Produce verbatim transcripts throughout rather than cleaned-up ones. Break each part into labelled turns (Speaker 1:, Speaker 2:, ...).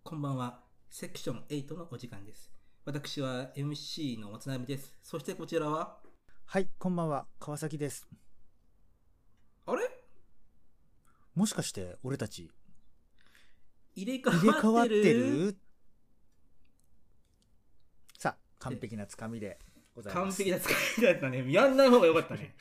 Speaker 1: こんばんは。セクションはちのお時間です。私は エムシー の渡辺です。そしてこちらは、
Speaker 2: はい、こんばんは、川崎です。
Speaker 1: あれ
Speaker 2: もしかして俺たち
Speaker 1: 入れ替
Speaker 2: 入れ替わっ
Speaker 1: わってる
Speaker 2: てる？さあ、完璧なつかみでございます。
Speaker 1: 完璧な使いだったね。やんない方がよかったね。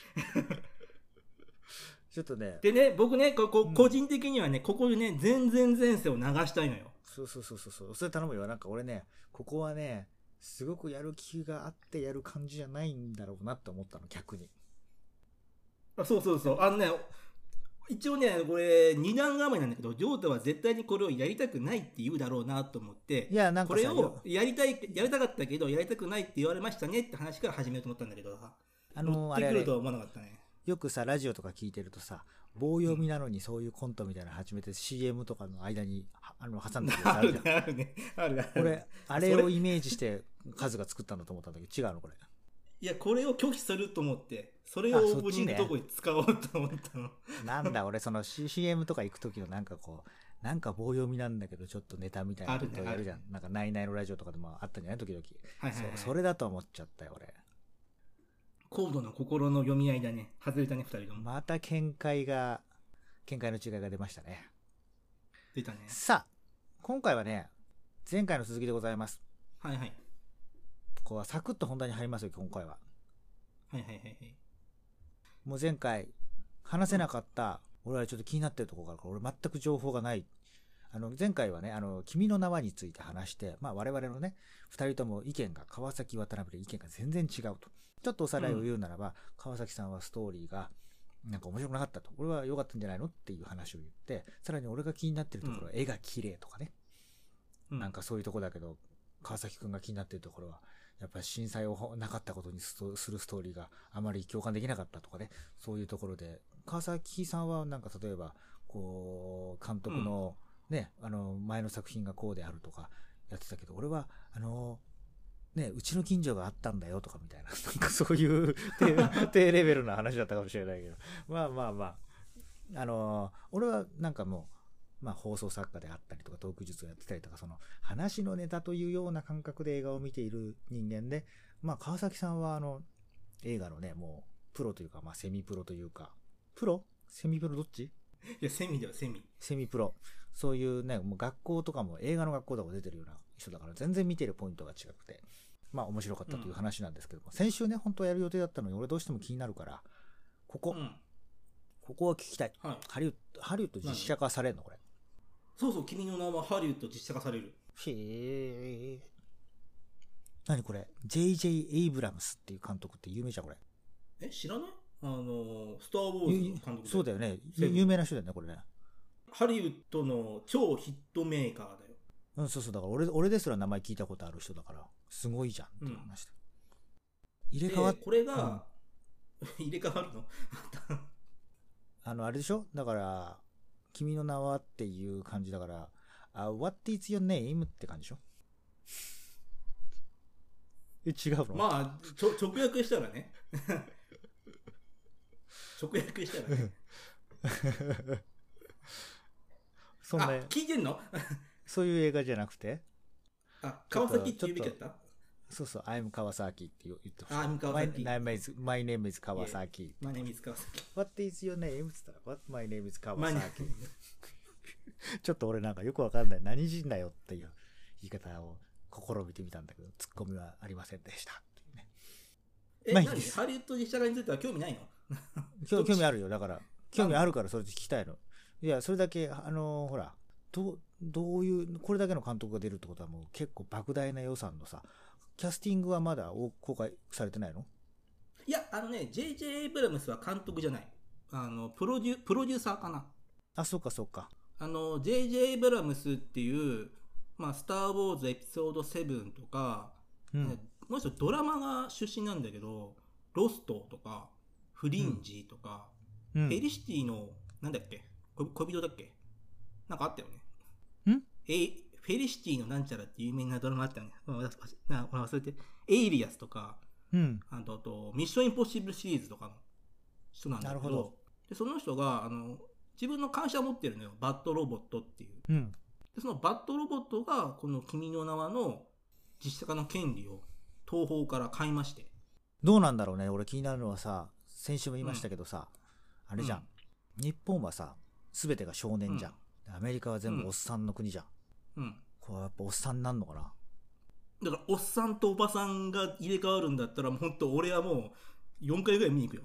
Speaker 2: ちょっとね、
Speaker 1: でね、僕ね、ここ
Speaker 2: うん
Speaker 1: 個人的にはね、ここでね、全然前世を流したいのよ。
Speaker 2: そうそうそうそうそう、それ頼むよ。なんか俺ね、ここはね、すごくやる気があってやる感じじゃないんだろうなって思ったの、逆に。
Speaker 1: あそうそうそう。あのね、一応ね、これ、二段構えなんだけど、ジョータは絶対にこれをやりたくないって言うだろうなと思って、
Speaker 2: いや、なん
Speaker 1: こ
Speaker 2: かさ、
Speaker 1: れをやりたい、やりたかったけど、やりたくないって言われましたねって話から始めようと思ったんだけど、
Speaker 2: あ
Speaker 1: 乗
Speaker 2: のーあれあれ、
Speaker 1: ってくるとは思わなかったね。
Speaker 2: よくさ、ラジオとか聞いてるとさ、棒読みなのにそういうコントみたいなの始めて シーエム とかの間にはあの挟んでくるやつ
Speaker 1: あ
Speaker 2: あるじゃん。
Speaker 1: るね、あるね、あるね。
Speaker 2: 俺、あれをイメージして数が作ったんだと思ったんだけど、違うのこれ。
Speaker 1: いや、これを拒否すると思って、それ
Speaker 2: あ
Speaker 1: をオープニング
Speaker 2: そっちね
Speaker 1: とこに使おうと思ったの。
Speaker 2: なんだ、俺、その シーエム とか行く時のなんかこう、なんか棒読みなんだけど、ちょっとネタみたいなことをやるじゃん。
Speaker 1: あるね
Speaker 2: なんか、ナイナイのラジオとかでもあったんじゃない時々。
Speaker 1: はいはい、はい、
Speaker 2: そそれだと思っちゃったよ、俺。
Speaker 1: 高度の心の読み合いだね。外れたね、二人とも。
Speaker 2: また見解が、見解の違いが出ましたね。
Speaker 1: 出たね。
Speaker 2: さあ、今回はね、前回の続きでございます。
Speaker 1: はいはい。
Speaker 2: こう、サクッと本題に入りますよ、今回は。
Speaker 1: はいはいはいはい。
Speaker 2: もう前回、話せなかった、俺はちょっと気になってるところがあるから、俺全く情報がない。あの、前回はね、あの、君の名はについて話して、まあ我々のね、二人とも意見が、川崎渡辺で意見が全然違うと。ちょっとおさらいを言うならば、うん、川崎さんはストーリーが、なんか面白くなかったと。俺は良かったんじゃないのっていう話を言って、さらに俺が気になってるところは、絵が綺麗とかね、うん。なんかそういうところだけど、川崎くんが気になってるところは、やっぱり震災をなかったことにするストーリーがあまり共感できなかったとかね、そういうところで、川崎さんはなんか例えば、こう、監督のね、うん、あの、前の作品がこうであるとかやってたけど、俺は、あの、ね、うちの近所があったんだよとかみたいな、なんかそういう低レベルな話だったかもしれないけど、まあまあまあ、あの、俺はなんかもう、まあ放送作家であったりとかトーク術をやってたりとか、その話のネタというような感覚で映画を見ている人間で、まあ川崎さんはあの、映画のね、もうプロというか、まあセミプロというか、プロ？セミプロどっち？
Speaker 1: いや、セミだよ、セミ。
Speaker 2: セミプロ。そういうね、もう学校とかも映画の学校とかも出てるような人だから全然見てるポイントが違くて、まあ面白かったという話なんですけども、うん、先週ね、本当はやる予定だったのに俺どうしても気になるから、ここ、うん、ここは聞きたい。はい、ハリウッド、ハリウッド実写化されるのこれ。
Speaker 1: そうそう、君の名はハリウッド実写化される。
Speaker 2: へえ。何これ ジェイジェイ エイブラムスっていう監督って有名じゃんこれ。
Speaker 1: え、知らない？あの、スター・ウォーズの監督。
Speaker 2: そうだよね。有名な人だよね、これね。
Speaker 1: ハリウッドの超ヒットメーカーだよ。
Speaker 2: うん、そうそう。だから俺、俺ですら名前聞いたことある人だから、すごいじゃんっていう話で。
Speaker 1: うん、入れ替わって、これが、うん、入れ替わるの
Speaker 2: あの、あれでしょだから、君の名はっていう感じだから、uh, What is your name? って感じでしょえ、違うの？
Speaker 1: まあ、ちょ直訳したらね。直訳したらね。
Speaker 2: そんな、あ、
Speaker 1: 聞いてんの？
Speaker 2: そういう映画じゃなくて、
Speaker 1: あ、川崎って言うべきだった？
Speaker 2: そうそう、I'm 川崎って言ってほしい。
Speaker 1: I'm 川崎。
Speaker 2: My name is, my name is 川崎。
Speaker 1: My name is 川崎。
Speaker 2: What is your name? つったら、What my name is 川崎。ちょっと俺なんかよくわかんない。何人だよっていう言い方を試みてみたんだけど、ツッコミはありませんでした。ね、
Speaker 1: え、何？ハリウッド実写化については興味ないの？
Speaker 2: 興味あるよ。だから、興味あるからそれで聞きたいの。いや、それだけ、あのー、ほら、ど、どういう、これだけの監督が出るってことはもう結構莫大な予算のさ、キャスティングはまだ公開されてないの？
Speaker 1: いや、あのね、ジェイジェイ エイブラムスは監督じゃない。あの、プロデュ、プロデューサーかな。
Speaker 2: あ、そうかそうか。
Speaker 1: あの、ジェイジェイ エイブラムスっていう、まあ、スター・ウォーズエピソードセブンとか、うん、もう一つドラマが出身なんだけど、ロストとか、フリンジとか、うん、フェリシティの、なんだっけ恋人だっけなんかあったよね。んえ、フェリシティのなんちゃらって有名なドラマあったよね。忘れて。エイリアスとか、うん、あと、あとミッションインポッシブルシリーズとかの人なんだけど、なるほど。でその人が、あの、自分の会社を持ってるのよ。バッドロボットっていう。うん、 でそのバッドロボットがこの君の名はの実写化の権利を東宝から買いまして。
Speaker 2: どうなんだろうね。俺気になるのはさ、先週も言いましたけどさ、うん、あれじゃん、うん、日本はさ全てが少年じゃん、うん、アメリカは全部おっさんの国じゃん、うん、これはやっぱおっさんになんのかな。
Speaker 1: だからおっさんとおばさんが入れ替わるんだったらもう本当俺はもうよんかいぐらい見に行くよ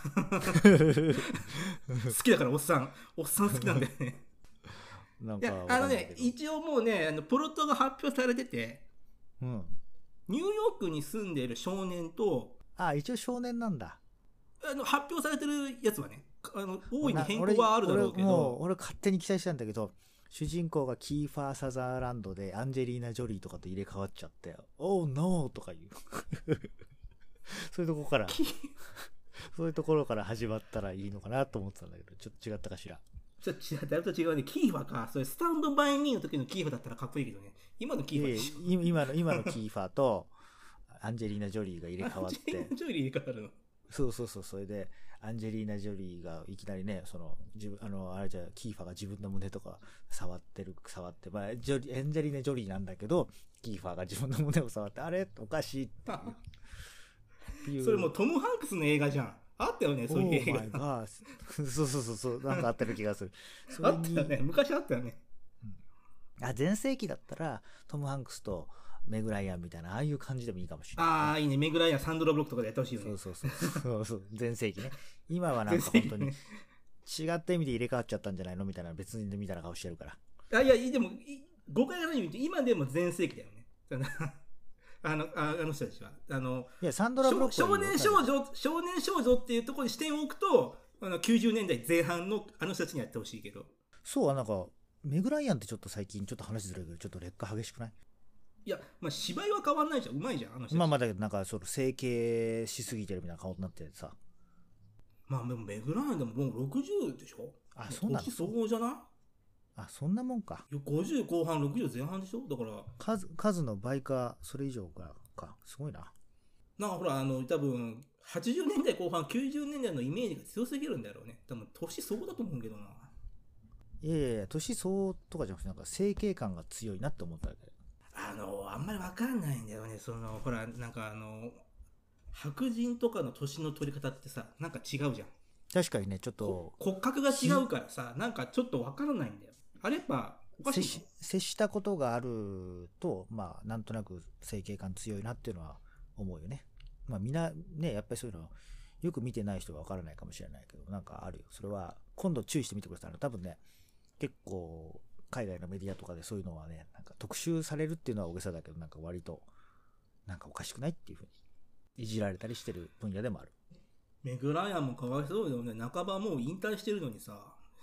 Speaker 1: 好きだからおっさんおっさん好きなんだよねなんかいやあのね一応もうねあのプロットが発表されてて、うん、ニューヨークに住んでいる少年と
Speaker 2: あ一応少年なんだ。
Speaker 1: あの発表されてるやつはねあの大いに変更はあるだろうけど
Speaker 2: 俺, 俺, もう俺勝手に期待したんだけど主人公がキーファー・サザーランドでアンジェリーナ・ジョリーとかと入れ替わっちゃって「オーノー」とか言うそういうところからそういうところから始まったらいいのかなと思ってたんだけどちょっと違ったかしら。
Speaker 1: ちょっと違うだいぶと違うね。キーファーかそれスタンドバイミーの時のキーファーだったらかっこいいけどね今のキーファーでしょ。
Speaker 2: 今の今のキーファーとアンジェリーナ・ジョリーが入れ替わってアンジェリーナ・
Speaker 1: ジョリー入れ替わるの
Speaker 2: そうそうそう。それでアンジェリーナ・ジョリーがいきなりねその自分あのあれじゃキーファーが自分の胸とか触ってる触ってまあジョリエンジェリーナ・ジョリーなんだけどキーファーが自分の胸を触ってあれおかしいっていう
Speaker 1: それもうトム・ハンクスの映画じゃん。あったよねそういう映画
Speaker 2: そうそうそうそうなんかあったる気がする
Speaker 1: あったよね昔あったよね、
Speaker 2: うん、あ前世紀だったらトム・ハンクスとメグライアンみたいなああいう感じでもいいかもしれない、ね、
Speaker 1: ああいいねメグライアンサンドラブロックとかでやってほしいよね。
Speaker 2: そうそうそうそうそう前世紀ね今はなんか本当に違った意味で入れ替わっちゃったんじゃないのみたいな別にみたいな顔してるから
Speaker 1: あいやでも誤解がないように今でも前世紀だよねあの あ, あの人たちはあの
Speaker 2: いやサンドラブロック
Speaker 1: 少年少女少年少女っていうところに視点を置くとあのきゅうじゅうねんだいぜん半のあの人たちにやってほしいけど
Speaker 2: そうなんかメグライアンってちょっと最近ちょっと話ずれるけどちょっと劣化激しくない？
Speaker 1: いや、まあ、芝居は変わんないじゃんうまいじゃんあの人たち。
Speaker 2: まあまあだけどなんかその整形しすぎてるみたいな顔になってさ
Speaker 1: まあでもメグライアンでももうろくじゅうでしょ。
Speaker 2: あそうなの？
Speaker 1: 年相応じゃない？
Speaker 2: あそんなもんか。
Speaker 1: ごじゅうこう半ろくじゅうぜん半でしょ。だから
Speaker 2: 数数の倍かそれ以上かかすごいな。
Speaker 1: なんかほらあの多分はちじゅうねんだいこう半きゅうじゅうねんだいのイメージが強すぎるんだろうね。多分年相応だと思うけどな。
Speaker 2: いやいやいや年相応とかじゃなくてなんか整形感が強いなって思ったわけ。
Speaker 1: あのあんまり分かんないんだよね。そのほらなんかあの白人とかの年の取り方ってさなんか違うじゃん。
Speaker 2: 確かにねちょっと
Speaker 1: 骨格が違うからさなんかちょっと分からないんだよ。あれやっぱおかしい。
Speaker 2: 接し、接したことがあるとまあなんとなく整形感強いなっていうのは思うよね。まあみんなねやっぱりそういうのよく見てない人は分からないかもしれないけどなんかあるよ。それは今度注意してみてください。多分ね結構海外のメディアとかでそういうのはねなんか特集されるっていうのは大げさだけどなんか割となんかおかしくないっていうふうにいじられたりしてる分野でもある。
Speaker 1: メグライアンもかわいそうだよね。半ばもう引退してるのにさ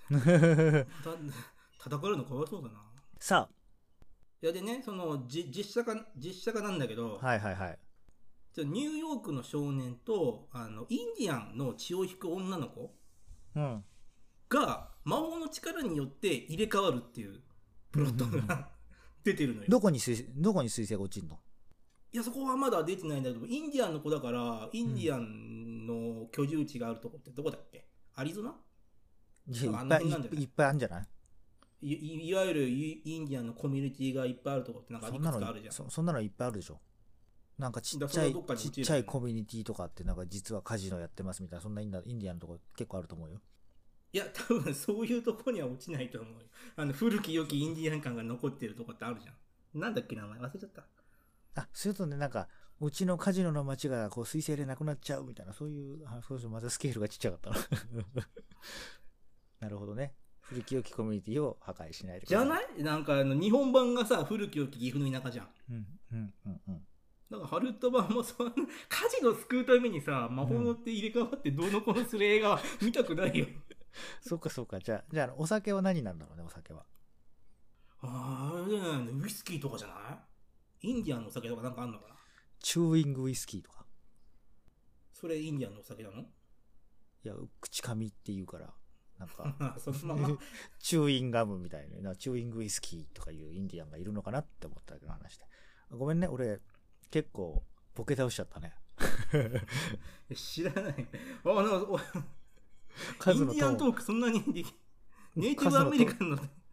Speaker 1: 叩かれるのかわいそうだな。
Speaker 2: さあ
Speaker 1: いやでねそのじ実写化実写化なんだけど、
Speaker 2: はいはいはい、
Speaker 1: ニューヨークの少年とあのインディアンの血を引く女の子、うん、が魔法の力によって入れ替わるっていうプロットが出てるのよ。
Speaker 2: どこに水どこに水星が落ちるの？
Speaker 1: いやそこはまだ出てないんだけどインディアンの子だからインディアンの居住地があるとこってどこだっけ？アリゾナ？
Speaker 2: いっぱいいっぱいあるんじゃない？
Speaker 1: い, いわゆるインディアンのコミュニティがいっぱいあるとこってなんかいくつかあるじゃん。
Speaker 2: そ, そんなのいっぱいあるでしょ。なんかちっちゃいちっちゃいコミュニティとかってなんか実はカジノやってますみたいなそんなインディアンのとこ結構あると思うよ。
Speaker 1: いや多分そういうとこには落ちないと思うよ。あの古き良きインディアン感が残ってるとこってあるじゃん。なんだっけ名前忘れちゃった。
Speaker 2: あそれとねなんかうちのカジノの街がこう水星でなくなっちゃうみたいなそういうあそうそうまたスケールがちっちゃかったななるほどね。古き良きコミュニティを破壊しないでください。
Speaker 1: じゃないなんかあの日本版がさ古き良き岐阜の田舎じゃん。うんうんうんうん。だからハリウッド版もそのカジノ救うためにさ魔法のって入れ替わってどうのこうのする映画は見たくないよ
Speaker 2: そうかそうか。じゃあじゃあお酒は何なんだろうね。お酒は
Speaker 1: ああれじゃないのウイスキーとかじゃない？インディアンのお酒とかなんかあんのかな。
Speaker 2: チューイングウイスキーとか。
Speaker 1: それインディアンのお酒なの？い
Speaker 2: や口噛みっていうからなんか
Speaker 1: そのまま
Speaker 2: チューインガムみたいなチューイングウイスキーとかいうインディアンがいるのかなって思ったけど話でごめんね。俺結構ボケ倒しちゃったね
Speaker 1: 知らないあなんかインディアントークそんなにできネイティブアメリカンの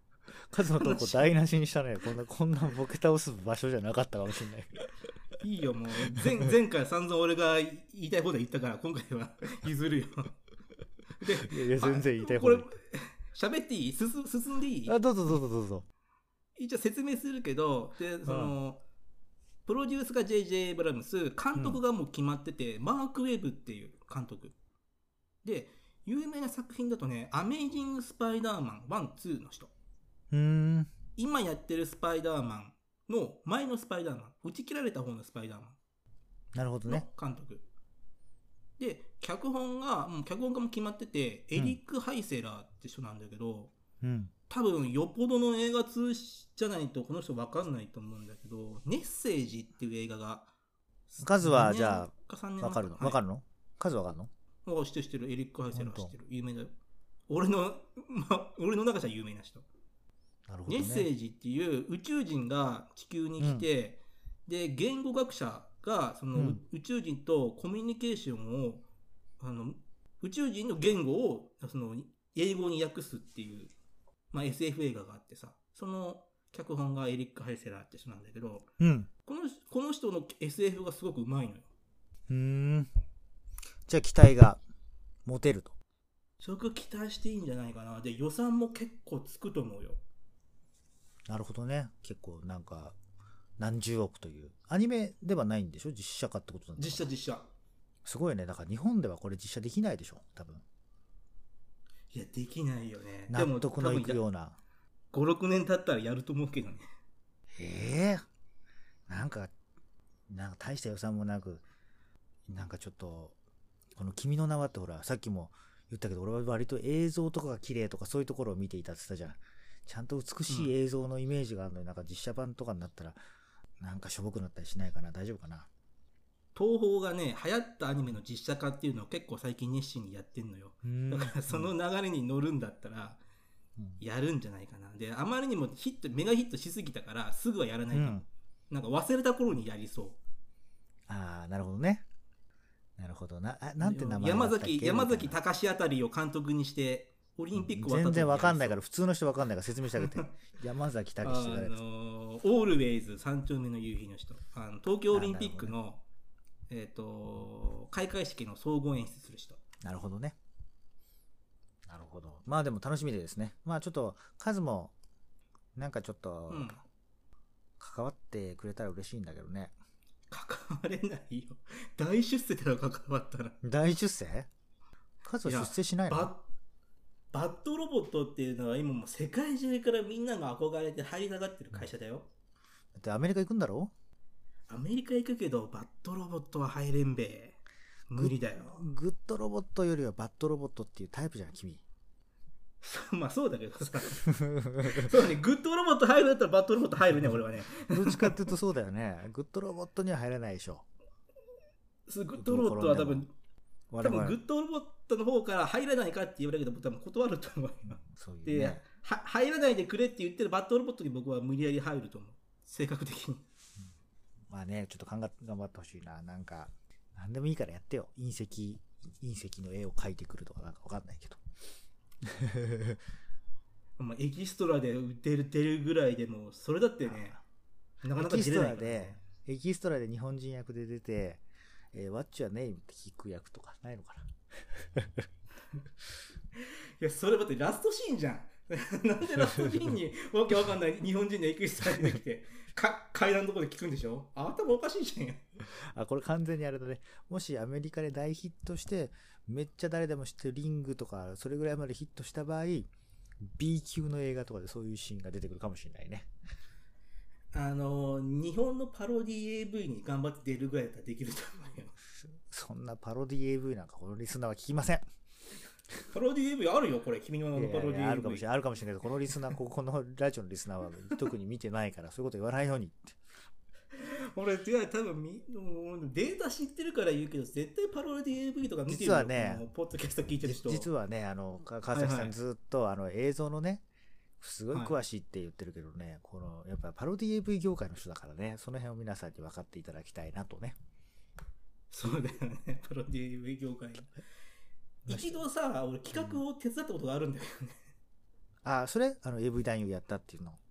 Speaker 2: 数の投稿台無しにしたね。こんな、こんなボケ倒す場所じゃなかったかもしれない。
Speaker 1: いいよ、もう。前、前回散々俺が言いたいこと言ったから、今回は譲るよ。
Speaker 2: で、いやいや全然言いたいこと
Speaker 1: これ、喋っていい？進進んでいい？
Speaker 2: あ、どうぞどうぞどうぞ。
Speaker 1: 一応説明するけど、で、その、プロデュースが ジェイジェイ エイブラムス、監督がもう決まってて、うん、マーク・ウェブっていう監督。で、有名な作品だとね、アメイジング・スパイダーマンワン、ツーの人。
Speaker 2: うーん。
Speaker 1: 今やってるスパイダーマンの前のスパイダーマン、打ち切られた方のスパイダーマン。
Speaker 2: なるほどね。
Speaker 1: 監督。で、脚本が、もう脚本家も決まってて、エリック・ハイセラーって人なんだけど、
Speaker 2: うん、
Speaker 1: 多分よっぽどの映画通じゃないとこの人分かんないと思うんだけど、メッセージっていう映画が、
Speaker 2: 数はじゃあ分かるの？
Speaker 1: はい、
Speaker 2: 分かるの？数分かるの？
Speaker 1: あ、知ってる知ってる。エリック・ハイセラー知ってる。有名だよ。俺の、ま、俺の中じゃ有名な人。
Speaker 2: なるほどね。
Speaker 1: メッセージっていう宇宙人が地球に来て、うん、で、言語学者がその、うん、宇宙人とコミュニケーションを、あの、宇宙人の言語をその英語に訳すっていう、まあ、エスエフ 映画があってさ、その脚本がエリック・ハイセラーって人なんだけど、
Speaker 2: うん、
Speaker 1: この、この人の エスエフ がすごくうまいのよ。
Speaker 2: うーん。じゃあ期待が持てると。
Speaker 1: そこ期待していいんじゃないかな。で、予算も結構つくと思うよ。
Speaker 2: なるほどね。結構なんか何十億という。アニメではないんでしょ？実写化ってことなんだ。
Speaker 1: 実写実写。
Speaker 2: すごいね。だから日本ではこれ実写できないでしょ？多分。
Speaker 1: いや、できないよね。
Speaker 2: 納得のいくような。
Speaker 1: ご、ろくねん経ったらやると思うけどね。
Speaker 2: ええー、なんか、なんか大した予算もなく、なんかちょっと、この君の名はってほら、さっきも言ったけど、俺は割と映像とかが綺麗とかそういうところを見ていたって言ったじゃん。ちゃんと美しい映像のイメージがあるのに、うん、なんか実写版とかになったら、なんかしょぼくなったりしないかな。大丈夫かな。
Speaker 1: 東宝がね、流行ったアニメの実写化っていうのを結構最近熱心にやってんのよ。だからその流れに乗るんだったら、やるんじゃないかな。で、あまりにもヒット、メガヒットしすぎたから、すぐはやらないかも。うん、なんか忘れた頃にやりそう。
Speaker 2: ああ、なるほどね。なるほどな。あ、なんて名前だったっけ？
Speaker 1: 山崎、山崎隆あたりを監督にして、オリンピック
Speaker 2: 渡った全然わかんないから、普通の人わかんないから説明してあげて。山崎隆って誰ですか？
Speaker 1: あのー、オールウェイズ三丁目の夕日の人。あの東京オリンピックの、えっと、開会式の総合演出する人。
Speaker 2: なるほどね。なるほど。まあでも楽しみですね。まあちょっと、数も、なんかちょっと、関わってくれたら嬉しいんだけどね。
Speaker 1: 関われないよ。大出世だろ、関わったら。
Speaker 2: 大出世？数は出世しないの？
Speaker 1: バッ、バッドロボットっていうのは今もう世界中からみんなが憧れて入りたがってる会社だよ。
Speaker 2: だってアメリカ行くんだろ？
Speaker 1: アメリカ行くけど、バッドロボットは入れんべ。無理だよ。
Speaker 2: グッドロボットよりはバッドロボットっていうタイプじゃん、君。
Speaker 1: まあそうだけどさ。そうね、グッドロボット入るんだったらバッドロボット入るね、俺はね。
Speaker 2: どっちかっていうとそうだよね。グッドロボットには入れないでしょ。
Speaker 1: グッドロボットは多分、多分グッドロボットの方から入らないかって言われるけど、多分断ると思うよ。
Speaker 2: そういうね。
Speaker 1: で、は入らないでくれって言ってるバッドロボットに僕は無理やり入ると思う。性格的に。
Speaker 2: まあね、ちょっと頑張ってほしいな。なんか、なんでもいいからやってよ。隕石、隕石の絵を描いてくるとかなんかわかんないけど。
Speaker 1: まあエキストラで出る出るぐらいでも、それだってね、なかなか出れないから、ね。エキストラで、エキストラで日本人役で出て、えー、What's your name? って聞く役とかないのかな。いや、それだってラストシーンじゃん。なんでラストシーンにわけわかんない日本人のエキストラ出てきてか階段のところで聞くんでしょ？頭おかしいじゃんよ。
Speaker 2: あ、これ完全にあれだね。もしアメリカで大ヒットしてめっちゃ誰でも知ってるリングとかそれぐらいまでヒットした場合 B 級の映画とかでそういうシーンが出てくるかもしれないね。
Speaker 1: あの日本のパロディ エーブイ に頑張って出るぐらいだったらできると思うよ。
Speaker 2: そんなパロディ エーブイ なんかこのリスナーは聞きません。
Speaker 1: パロディ エーブイ あるよ、これ。君の名のパロディ エーブイ。
Speaker 2: いやいやあるかもしれない、あるかもしれないけど、このリスナー、ここのラジオのリスナーは特に見てないから、そういうこと言わないようにって。
Speaker 1: 俺、違う、多分みデータ知ってるから言うけど、絶対パロディ エーブイ とか見てるよ。
Speaker 2: 実はね、
Speaker 1: ポッドキャスト聞いてる人。
Speaker 2: 実はね、あの、川崎さんずっと、はいはい、あの映像のね、すごい詳しいって言ってるけどね、はい、この、やっぱパロディ エーブイ 業界の人だからね、その辺を皆さんに分かっていただきたいなとね。
Speaker 1: そうだよね、パロディ エーブイ 業界。一度さ、俺企画を手伝ったことがあるんだよね。
Speaker 2: あ、それあの エーブイ 男優やったっていうの。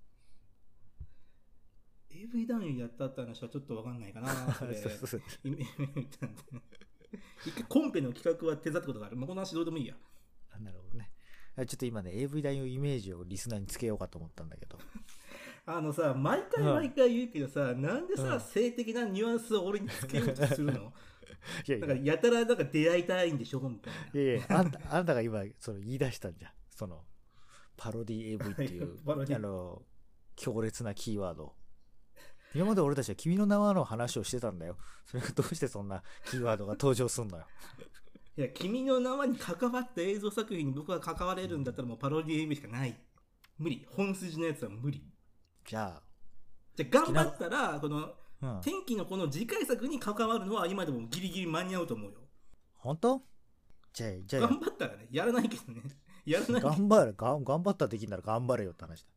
Speaker 1: エーブイ 男優やったって話はちょっとわかんないかな。それ
Speaker 2: そうそうそう
Speaker 1: イメ一回コンペの企画は手伝ったことがある。もうこの話どうでもいいや。
Speaker 2: あ、なるほどね。ちょっと今ね エーブイ 男優イメージをリスナーにつけようかと思ったんだけど。
Speaker 1: あのさ、毎回毎回言うけどさ、うん、なんでさ、
Speaker 2: うん、
Speaker 1: 性的なニュアンスを俺につけようとするの
Speaker 2: いやいや、
Speaker 1: なんかやたらなんか出会いたいんでしょみたいな。
Speaker 2: いやいや、あんた、あんたが今その言い出したんじゃん。そのパロディ エーブイ っていうあの強烈なキーワード。今まで俺たちは君の名はの話をしてたんだよ。それがどうしてそんなキーワードが登場するのよ。
Speaker 1: いや、君の名はに関わった映像作品に僕が関われるんだったらもうパロディ エーブイ しかない。無理。本筋のやつは無理。
Speaker 2: じゃあ、
Speaker 1: じゃあ頑張ったら、この、
Speaker 2: うん、
Speaker 1: 天気のこの次回作に関わるのは今でもギリギリ間に合うと思うよ。
Speaker 2: 本当？じゃあ、じゃあ。
Speaker 1: 頑張ったらね、やらないけどね。やらない。
Speaker 2: 頑張る、頑張ったらできんなら頑張れよって話だ。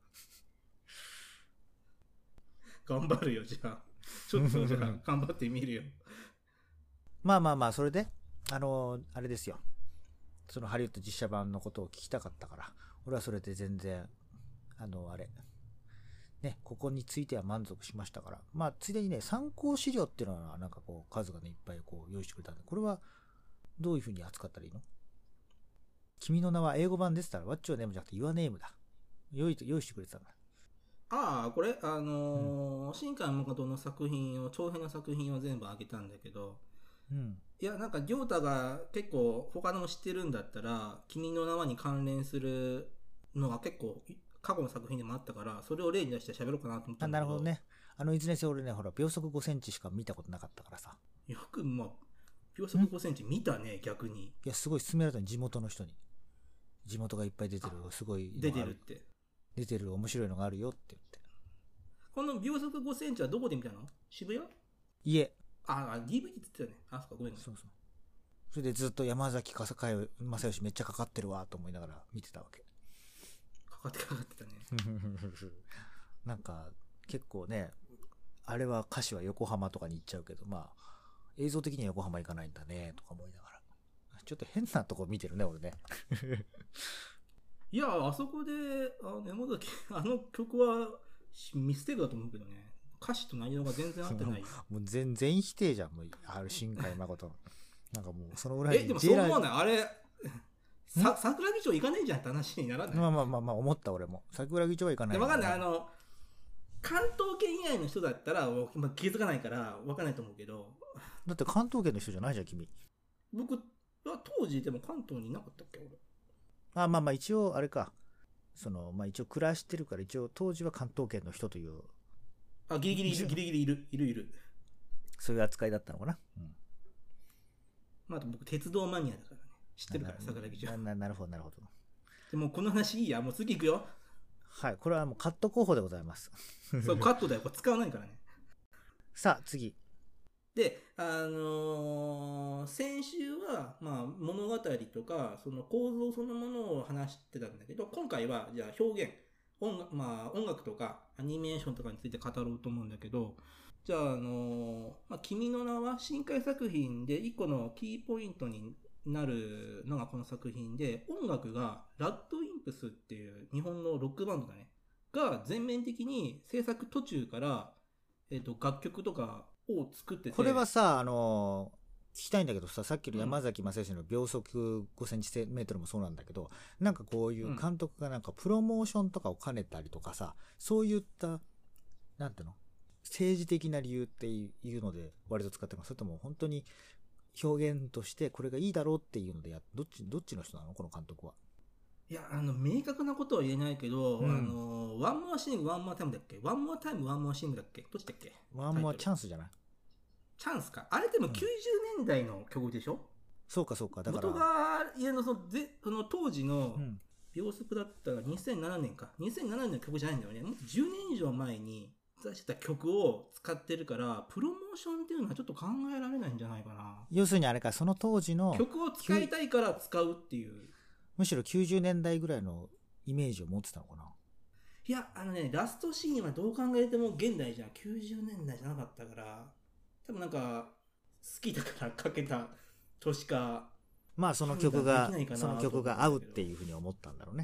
Speaker 1: 頑張るよ、じゃあ。ちょっとじゃあ、頑張ってみるよ。
Speaker 2: まあまあまあ、それで、あのー、あれですよ。そのハリウッド実写版のことを聞きたかったから、俺はそれで全然、あの、あれ、ね、ここについては満足しましたから、まあ、ついでにね、参考資料っていうのは、なんかこう、数がね、いっぱいこう、用意してくれたんで、これは、どういう風に扱ったらいいの？君の名は英語版ですから、What's your name じゃなくて Your name だ。用意、用意してくれてたんだ。
Speaker 1: ああ、これ、あのーうん、新海誠の作品を、長編の作品を全部あげたんだけど、
Speaker 2: うん、
Speaker 1: いや、なんか、亮太が結構、他のも知ってるんだったら、君の名はに関連するのが結構、過去の作品でもあったから、それを例に出して喋ろうかなと思ったんだけど。
Speaker 2: あ、なるほどね。あの、いずれにせよ俺ね、ほら、秒速ごセンチしか見たことなかったからさ。
Speaker 1: よく、まあ、秒速ごセンチ見たね、逆に。
Speaker 2: いや、すごい勧められたの、地元の人に。地元がいっぱい出てる、すごい。
Speaker 1: 出てるって。
Speaker 2: 出てる面白いのがあるよって言って。
Speaker 1: この秒速ごセンチはどこで見たの？渋谷？
Speaker 2: 家。
Speaker 1: ああ、ディーブイディー って言ってたよね。あ、そっか、ごめんね。
Speaker 2: そうそう。それでずっと山崎正義めっちゃかかってるわと思いながら見てたわけ。
Speaker 1: かかってかかってたね。
Speaker 2: なんか、結構ね、あれは歌詞は横浜とかに行っちゃうけど、まあ、映像的には横浜行かないんだね、とか思いながら。ちょっと変なとこ見てるね、俺ね。
Speaker 1: いや、あそこで、あの山崎、あの曲はミステイクだと思うけどね。歌詞と内容が全然合ってない。
Speaker 2: もう全全否定じゃん、もう、ある新海誠。なんかもう、その裏に。
Speaker 1: え、でもそう思わないあれ、さ、桜木町行かないじゃんって話にならない。
Speaker 2: まあまあまあまあ、思った俺も。桜木町は行かない、
Speaker 1: ね。わかんない。あの、関東圏以外の人だったら、まあ、気づかないからわかんないと思うけど。
Speaker 2: だって関東圏の人じゃないじゃん、君。
Speaker 1: 僕は当時でも関東にいなかったっけ、俺。
Speaker 2: あ、まあまあ一応、あれか。その、まあ一応暮らしてるから、一応当時は関東圏の人という。
Speaker 1: あ、ギリギリいる、ギリギリいる、いるいる。
Speaker 2: そういう扱いだったのかな。うん。
Speaker 1: まあ僕、鉄道マニアだからね。知ってるから、桜木町。
Speaker 2: な, な, なるほど、なるほど。
Speaker 1: でもこの話いいや、もう次行くよ。
Speaker 2: はい、これはもうカット候補でございます。
Speaker 1: そう、カットだよ。これ使わないからね。
Speaker 2: さあ、次。
Speaker 1: で、あのー、先週は、まあ、物語とか、その構造そのものを話してたんだけど、今回は、じゃあ表現、音楽、まあ、音楽とか、アニメーションとかについて語ろうと思うんだけど、じゃあ、あのー、まあ、君の名は新海作品で一個のキーポイントになるのがこの作品で、音楽がラッドインプスっていう日本のロックバンドだね、が全面的に制作途中から、えっと、楽曲とかを作ってて。
Speaker 2: これはさ、あのー、聞きたいんだけどさ、さっきの山崎正義の秒速ごセンチメートルもそうなんだけど、なんかこういう監督がなんかプロモーションとかを兼ねたりとかさ、そういった、なんていうの？政治的な理由っていうので割と使ってます。それとも本当に表現としてこれがいいだろうっていうのでや、どっち、どっちの人なのこの監督は。
Speaker 1: いや、あの、明確なことは言えないけど、
Speaker 2: うん、
Speaker 1: あの、ワンモアシング、ワンモアタイムだっけワンモアタイム、ワンモアシングだっけどっちだっけ
Speaker 2: ワンモアチャンスじゃない
Speaker 1: チャンスか。あれでもきゅうじゅうねんだいの曲でしょ、うん、
Speaker 2: そうかそうか。だから。
Speaker 1: 元が、いや、その、ぜ、その当時の秒速だったらにせんななねんか。にせんななねんの曲じゃないんだよね。もうじゅうねん以上前に出した曲を使ってるから、プロモーションっていうのはちょっと考えられないんじゃないかな。
Speaker 2: 要するにあれか、その当時の。
Speaker 1: 曲を使いたいから使うっていう。
Speaker 2: むしろきゅうじゅうねんだいぐらいのイメージを持ってたのかな。
Speaker 1: いや、あのね、ラストシーンはどう考えても現代じゃん。きゅうじゅうねんだいじゃなかったから、多分なんか、好きだからかけたとしか。
Speaker 2: まあその曲が、その曲が合うっていうふうに思ったんだろうね。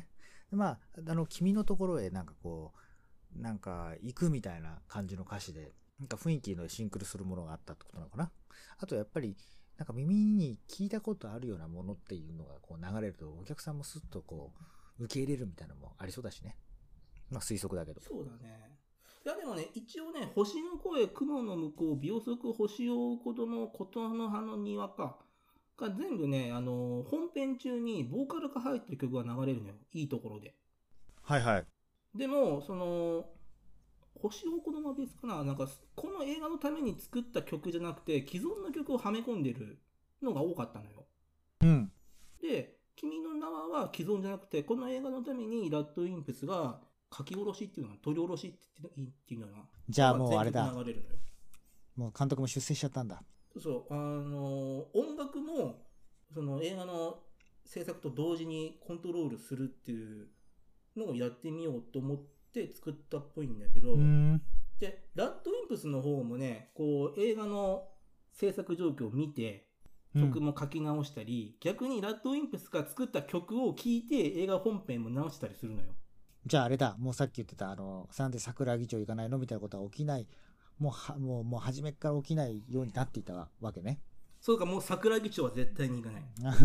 Speaker 2: でまあ、あの、君のところへなんかこう、なんか行くみたいな感じの歌詞で、なんか雰囲気のシンクロするものがあったってことなのかな。あとやっぱり、なんか耳に聞いたことあるようなものっていうのがこう流れると、お客さんもスッとこう、受け入れるみたいなのもありそうだしね。まあ推測だけど。
Speaker 1: そうだね。いやでもね、一応ね、星の声、雲の向こう、秒速星を追うことのことの葉の庭か。が全部ね、あのー本編中にボーカルが入ってる曲が流れるのよ。いいところで。
Speaker 2: はいはい。
Speaker 1: でも、その、星を追うことのは別かな。なんか、この映画のために作った曲じゃなくて、既存の曲をはめ込んでるのが多かったのよ。
Speaker 2: うん。
Speaker 1: で、君の名は既存じゃなくて、この映画のためにラッドインプスが書き下ろしっていうのは、取り下ろしって言っていいのかな。
Speaker 2: じゃあもうあれだ。
Speaker 1: 全曲流れるのよ。
Speaker 2: もう監督も出世しちゃったんだ。
Speaker 1: そう、あの、音楽も、その映画の制作と同時にコントロールするっていうのをやってみようと思って作ったっぽいんだけど、
Speaker 2: うーん。
Speaker 1: で、ラッドインプスの方もね、こう映画の制作状況を見て、曲も書き直したり、うん、逆にラッドインプスが作った曲を聴いて映画本編も直したりするのよ。
Speaker 2: じゃああれだ、もうさっき言ってた、あの、なんで桜木町行かないのみたいなことは起きない、もうは、もう、もう初めから起きないようになっていたわけね。
Speaker 1: そうか、もう桜木町は絶対に行かない。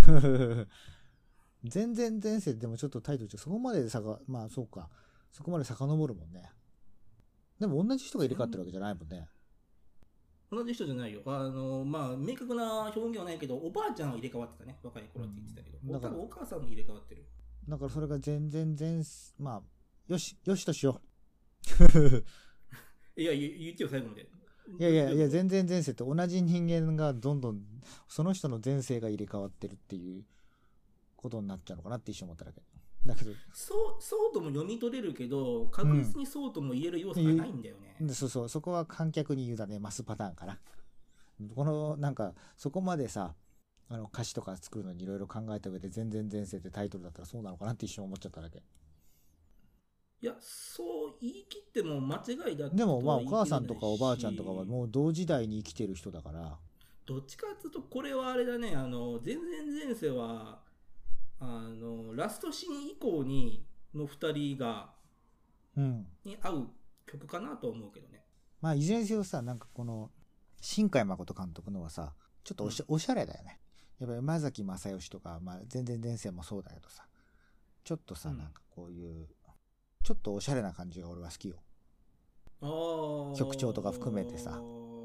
Speaker 2: 全然前世でもちょっとタイトルそこまでさか、まあそうか、そこまで遡るもんね。でも同じ人が入れ替わってるわけじゃないもんね。
Speaker 1: 同じ人じゃないよ。あの、まあ、明確な表現はないけど、おばあちゃんは入れ替わってたね。若い頃って言ってたけど。だからお母さんも入れ替わってる。
Speaker 2: だからそれが全然前、まあ、よし、よしとしよ
Speaker 1: う。いや、言ってよ、最後まで。
Speaker 2: いやいやいや、全然前世って同じ人間がどんどん、その人の前世が入れ替わってるっていうことになっちゃうのかなって一瞬思っただけ。だけど。
Speaker 1: そう、そうとも読み取れるけど、確実にそうとも言える要素がないんだよね。
Speaker 2: うん、そうそう、そこは観客に委ねますパターンかな。この、なんか、そこまでさ、あの歌詞とか作るのにいろいろ考えた上で全然前世ってタイトルだったらそうなのかなって一瞬思っちゃっただけ。
Speaker 1: いや、そう言い切っても間違いだって。
Speaker 2: でもまあお母さんとかおばあちゃんとかはもう同時代に生きてる人だから。
Speaker 1: どっちかっていうとこれはあれだね、あの、全然前世は、あの、ラストシーン以降にの二人が、
Speaker 2: うん。
Speaker 1: に合う曲かなと思うけどね。
Speaker 2: まあいずれにせよさ、なんかこの、新海誠監督のはさ、ちょっとおし、うん、おしゃれだよね。やっぱり山崎正義とか、まあ全然前世もそうだけどさ、ちょっとさ、うん、なんかこういう、ちょっとおしゃれな感じが俺は好きよ。
Speaker 1: あ
Speaker 2: 曲調とか含めてさ。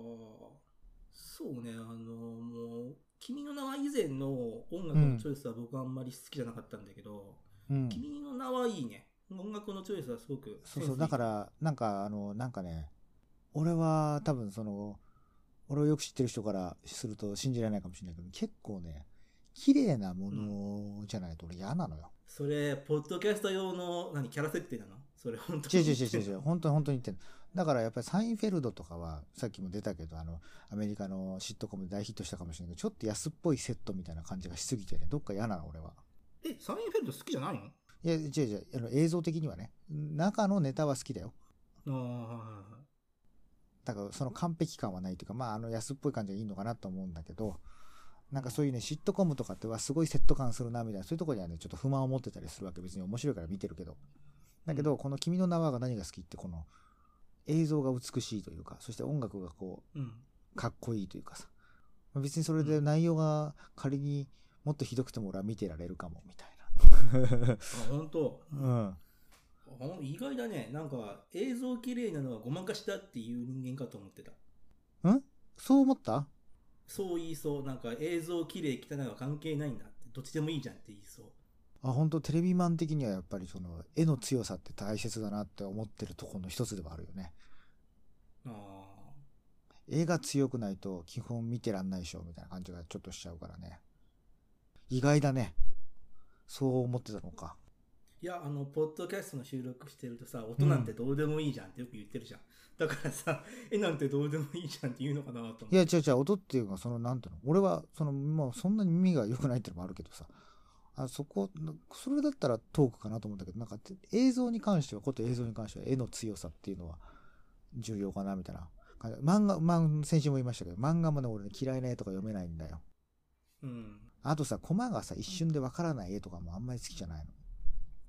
Speaker 1: そうね、あの、もう、君の名は以前の音楽のチョイスは僕はあんまり好きじゃなかったんだけど、うん、君の名はいいね。音楽のチョイスはすごく。
Speaker 2: そうそう、だから、なんかあの、なんかね、俺は多分その、俺をよく知ってる人からすると信じられないかもしれないけど、結構ね、綺麗なものじゃないと俺嫌なのよ。うん、
Speaker 1: それ、ポッドキャスト用の、何、キャラ設定なの？それ、本当に。
Speaker 2: 違う違う違う違う、本当に本当に言ってる。だからやっぱりサインフェルドとかは、さっきも出たけど、あの、アメリカのシットコムで大ヒットしたかもしれないけど、ちょっと安っぽいセットみたいな感じがしすぎてね、どっか嫌なの、俺は。
Speaker 1: え、サインフェルド好きじゃないの？
Speaker 2: いや、違う違う、あの映像的にはね、中のネタは好きだよ。
Speaker 1: ああ。
Speaker 2: だからその完璧感はないというか、まあ、あの安っぽい感じがいいのかなと思うんだけど、なんかそういうね、シットコムとかってはすごいセット感するな、みたいな、そういうところにはね、ちょっと不満を持ってたりするわけ。別に面白いから見てるけど。だけど、うん、この君の名はが何が好きって、この映像が美しいというか、そして音楽がこう、うん、かっこいいというかさ。別にそれで内容が仮にもっとひどくても俺は見てられるかも、みたいな。
Speaker 1: あ、本当。
Speaker 2: うん。
Speaker 1: 意外だね。なんか映像綺麗なのはごまかしだっていう人間かと思ってた。
Speaker 2: ん？そう思った？
Speaker 1: そう言いそう。なんか映像綺麗汚いは関係ないんだって。どっちでもいいじゃんって言いそう。
Speaker 2: あ、本当テレビマン的にはやっぱりその絵の強さって大切だなって思ってるところの一つではあるよね。
Speaker 1: ああ。
Speaker 2: 絵が強くないと基本見てらんないでしょみたいな感じがちょっとしちゃうからね。意外だね。そう思ってたのか。
Speaker 1: いや、あの、ポッドキャストの収録してるとさ、音なんてどうでもいいじゃんってよく言ってるじゃん。うん、だからさ、絵なんてどうでもいいじゃんって言うのかなと思って。
Speaker 2: いや、違う違う、音っていうか、その、なんていうの、俺は、その、もうそんなに耳が良くないっていうのもあるけどさ、あそこ、それだったらトークかなと思うんだけど、なんか、映像に関しては、こと映像に関しては、絵の強さっていうのは重要かな、みたいな。漫画、まあ、先週も言いましたけど、漫画もね、俺ね、嫌いな絵とか読めないんだよ。
Speaker 1: うん。
Speaker 2: あとさ、コマがさ、一瞬でわからない絵とかもあんまり好きじゃないの。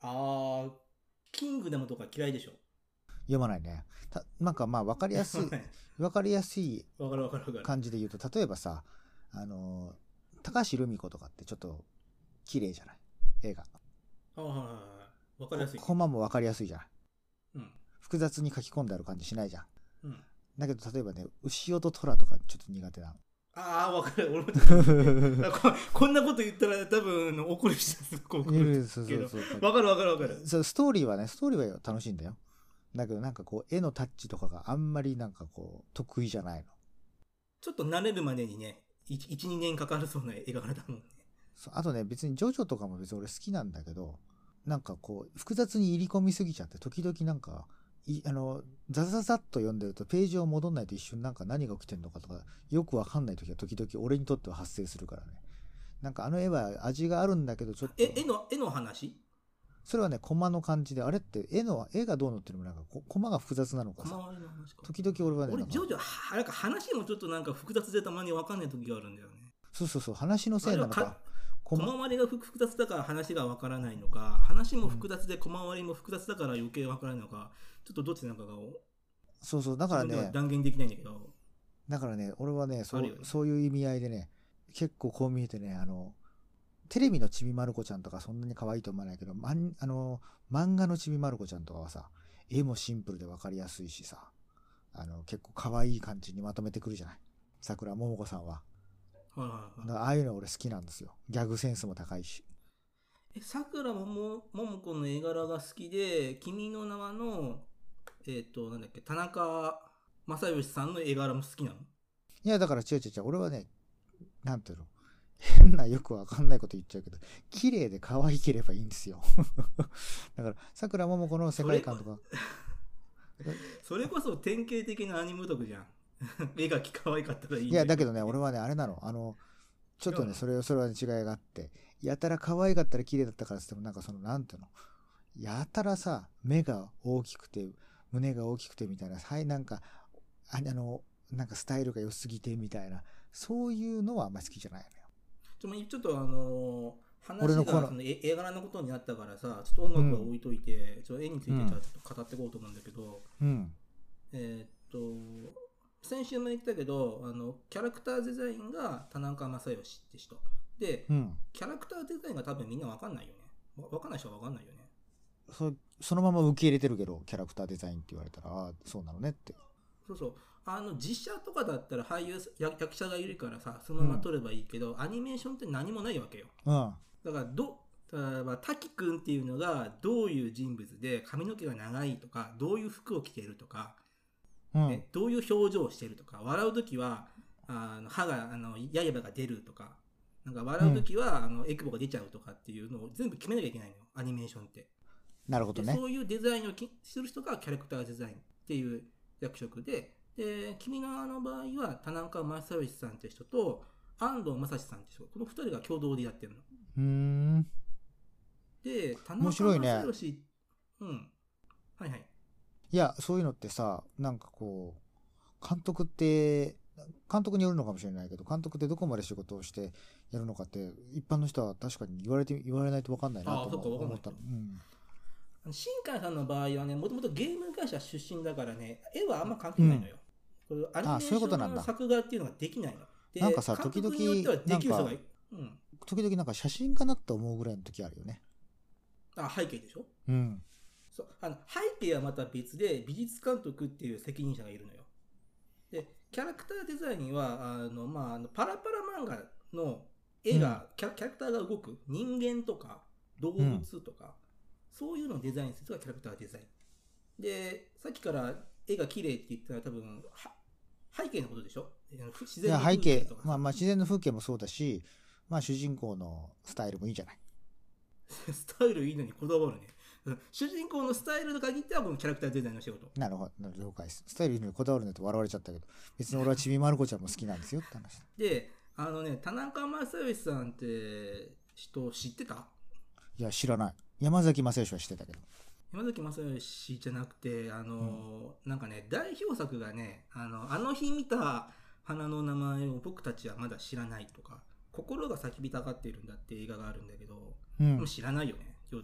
Speaker 1: あー、キングダムとか嫌いでしょ。
Speaker 2: 読まないね。たなんかまあ分かりやすい分かりやすい
Speaker 1: わかるわかるわかる。
Speaker 2: 感じで言うと、例えばさ、あの高橋留美子とかってちょっと綺麗じゃない映画。
Speaker 1: あはいはいはい。わかりやすい。
Speaker 2: コマも分かりやすいじゃない。
Speaker 1: うん。
Speaker 2: 複雑に書き込んである感じしないじゃん。
Speaker 1: うん。
Speaker 2: だけど例えばね、牛尾と虎とかちょっと苦手なの。
Speaker 1: ああ、わかる。俺もちょっとここんなこと言ったら多分怒る人すごく怒る
Speaker 2: そう
Speaker 1: けど。
Speaker 2: そうそう。
Speaker 1: わかるわかるわかる。
Speaker 2: そうストーリーはね、ストーリーは楽しいんだよ。だけどなんかこう絵のタッチとかがあんまりなんかこう得意じゃないの。
Speaker 1: ちょっと慣れるまでにね、いち、にねんかかるそうな絵柄だもんね。
Speaker 2: そうあとね、別にジョジョとかも別に俺好きなんだけど、なんかこう複雑に入り込みすぎちゃって時々なんかいあのザザザッと読んでるとページを戻んないと一瞬なんか何が起きてんのかとかよくわかんない時は時々俺にとっては発生するからね。なんかあの絵は味があるんだけどちょっと
Speaker 1: え絵の絵の話？
Speaker 2: それはねコマの感じで、あれって絵の絵がどうのっていうのもなんかコマが複雑なのかさ、
Speaker 1: 小回りの話か。
Speaker 2: 時々俺はね
Speaker 1: 俺
Speaker 2: なんか
Speaker 1: ジョジョはなんか話もちょっとなんか複雑でたまにわかんない時があるんだよね。
Speaker 2: そうそうそう話のせいなのか
Speaker 1: あれはか
Speaker 2: コマ
Speaker 1: 小回りが複雑だから話がわからないのか、話も複雑で小回りも複雑だから余計わからないのか、ちょっとどっちなのかが
Speaker 2: そうそうだから
Speaker 1: 自分では
Speaker 2: ね
Speaker 1: 断言できないんだけど。
Speaker 2: だからね俺はねそう
Speaker 1: あるよね
Speaker 2: そういう意味合いでね結構こう見えてね、あのテレビのちびまる子ちゃんとかそんなに可愛いと思わないけど、まんあの漫画のちびまる子ちゃんとかはさ、絵もシンプルで分かりやすいしさ、あの結構可愛い感じにまとめてくるじゃない、桜ももこさんは。
Speaker 1: はいはいはい。
Speaker 2: だからああいうの俺好きなんですよ。ギャグセンスも高いし。
Speaker 1: え、さくらももももこの絵柄が好きで、君の名はの、えっ、と、なんだっけ、田中正義さんの絵柄も好きなの？
Speaker 2: いやだから違う違う違う、俺はね、なんていうの、変なよくわかんないこと言っちゃうけど、綺麗で可愛ければいいんですよ。だからさくらももこの世界観とか
Speaker 1: それこそ典型的なアニメ族じゃん。絵が可愛かったらいい。
Speaker 2: いやだけどね、俺はねあれなの、あのちょっと
Speaker 1: 違うの
Speaker 2: ねそれそれは、ね、違いがあって、やたら可愛かったら綺麗だったからって言っても、なんかそのなんていうの、やたらさ目が大きくて胸が大きくてみたいな、はい、なんかああのなんかスタイルが良すぎてみたいな、そういうのはあんまり好きじゃないのよ。
Speaker 1: ちょちょっとあのー、話が
Speaker 2: 俺のこの
Speaker 1: その絵絵柄のことになったからさ、ちょっと音楽は置いといて、うん、ちょっと絵についてじゃあちょっと語っていこうと思うんだけど、
Speaker 2: うん、
Speaker 1: えーっと先週も言ったけど、あのキャラクターデザインが田中正義って人で、うん、キャラクターデザインが多分みんな分かんないよね。分かんない人は分かんないよね。
Speaker 2: そそのまま受け入れてるけど、キャラクターデザインって言われたら、ああそうなのねって。
Speaker 1: そうそう、あの実写とかだったら俳優役者がいるからさ、そのまま撮ればいいけど、うん、アニメーションって何もないわけよ。
Speaker 2: うん、
Speaker 1: だからど例えば滝くんっていうのがどういう人物で、髪の毛が長いとか、どういう服を着ているとか、うんね、どういう表情をしているとか、笑うときはあの歯があの刃が出るとか、なんか笑うときは、うん、あのエクボが出ちゃうとかっていうのを全部決めなきゃいけないのよ、アニメーションって。
Speaker 2: なるほどね。
Speaker 1: そういうデザインをする人がキャラクターデザインっていう役職で、で君の名の場合は田中正義さんって人と安藤正史さんって人、このふたりが共同でやってるの。
Speaker 2: うーん。
Speaker 1: で田中正義、ね、うん、はいはい。
Speaker 2: いやそういうのってさ、なんかこう監督って監督によるのかもしれないけど、監督ってどこまで仕事をしてやるのかって一般の人は確かに言われて言われないと分かんないなと思ったの。
Speaker 1: うん、新海さんの場合はね、もともとゲーム会社出身だからね、絵はあんま関係ないのよ。うん、これアニメーションの作画っていうのができないの。で
Speaker 2: なんかさ、時々なんか、うん、時々なんか写真かなと思うぐらいの時あるよね。
Speaker 1: あ、背景でしょ。
Speaker 2: うん。
Speaker 1: そうあの背景はまた別で美術監督っていう責任者がいるのよ。でキャラクターデザインはあの、まあ、あのパラパラ漫画の絵が、うん、キャ、キャラクターが動く人間とか動物とか、うん、そういうのをデザインするのがキャラクターデザインで、さっきから絵が綺麗って言ったら多分背景のことでしょ。自然の風景とか、
Speaker 2: まあ、まあ自然の風景もそうだし、まあ、主人公のスタイルもいいじゃない。
Speaker 1: スタイルいいのにこだわるね。主人公のスタイルと限ってはこのキャラクターデザインの仕事。
Speaker 2: なるほど、了解です。スタイルいいのにこだわるねと笑われちゃったけど、別に俺はちびまる子ちゃんも好きなんですよって話。
Speaker 1: で、あのね、田中正義さんって人知ってた？
Speaker 2: いや知らない。山崎正義は知ってたけど。
Speaker 1: 山崎正義じゃなくて、あの、うん、なんかね、代表作がね、あの、あの日見た花の名前を僕たちはまだ知らないとか、心が叫びたがっているんだって映画があるんだけど、うん、もう知らないよね、京太は。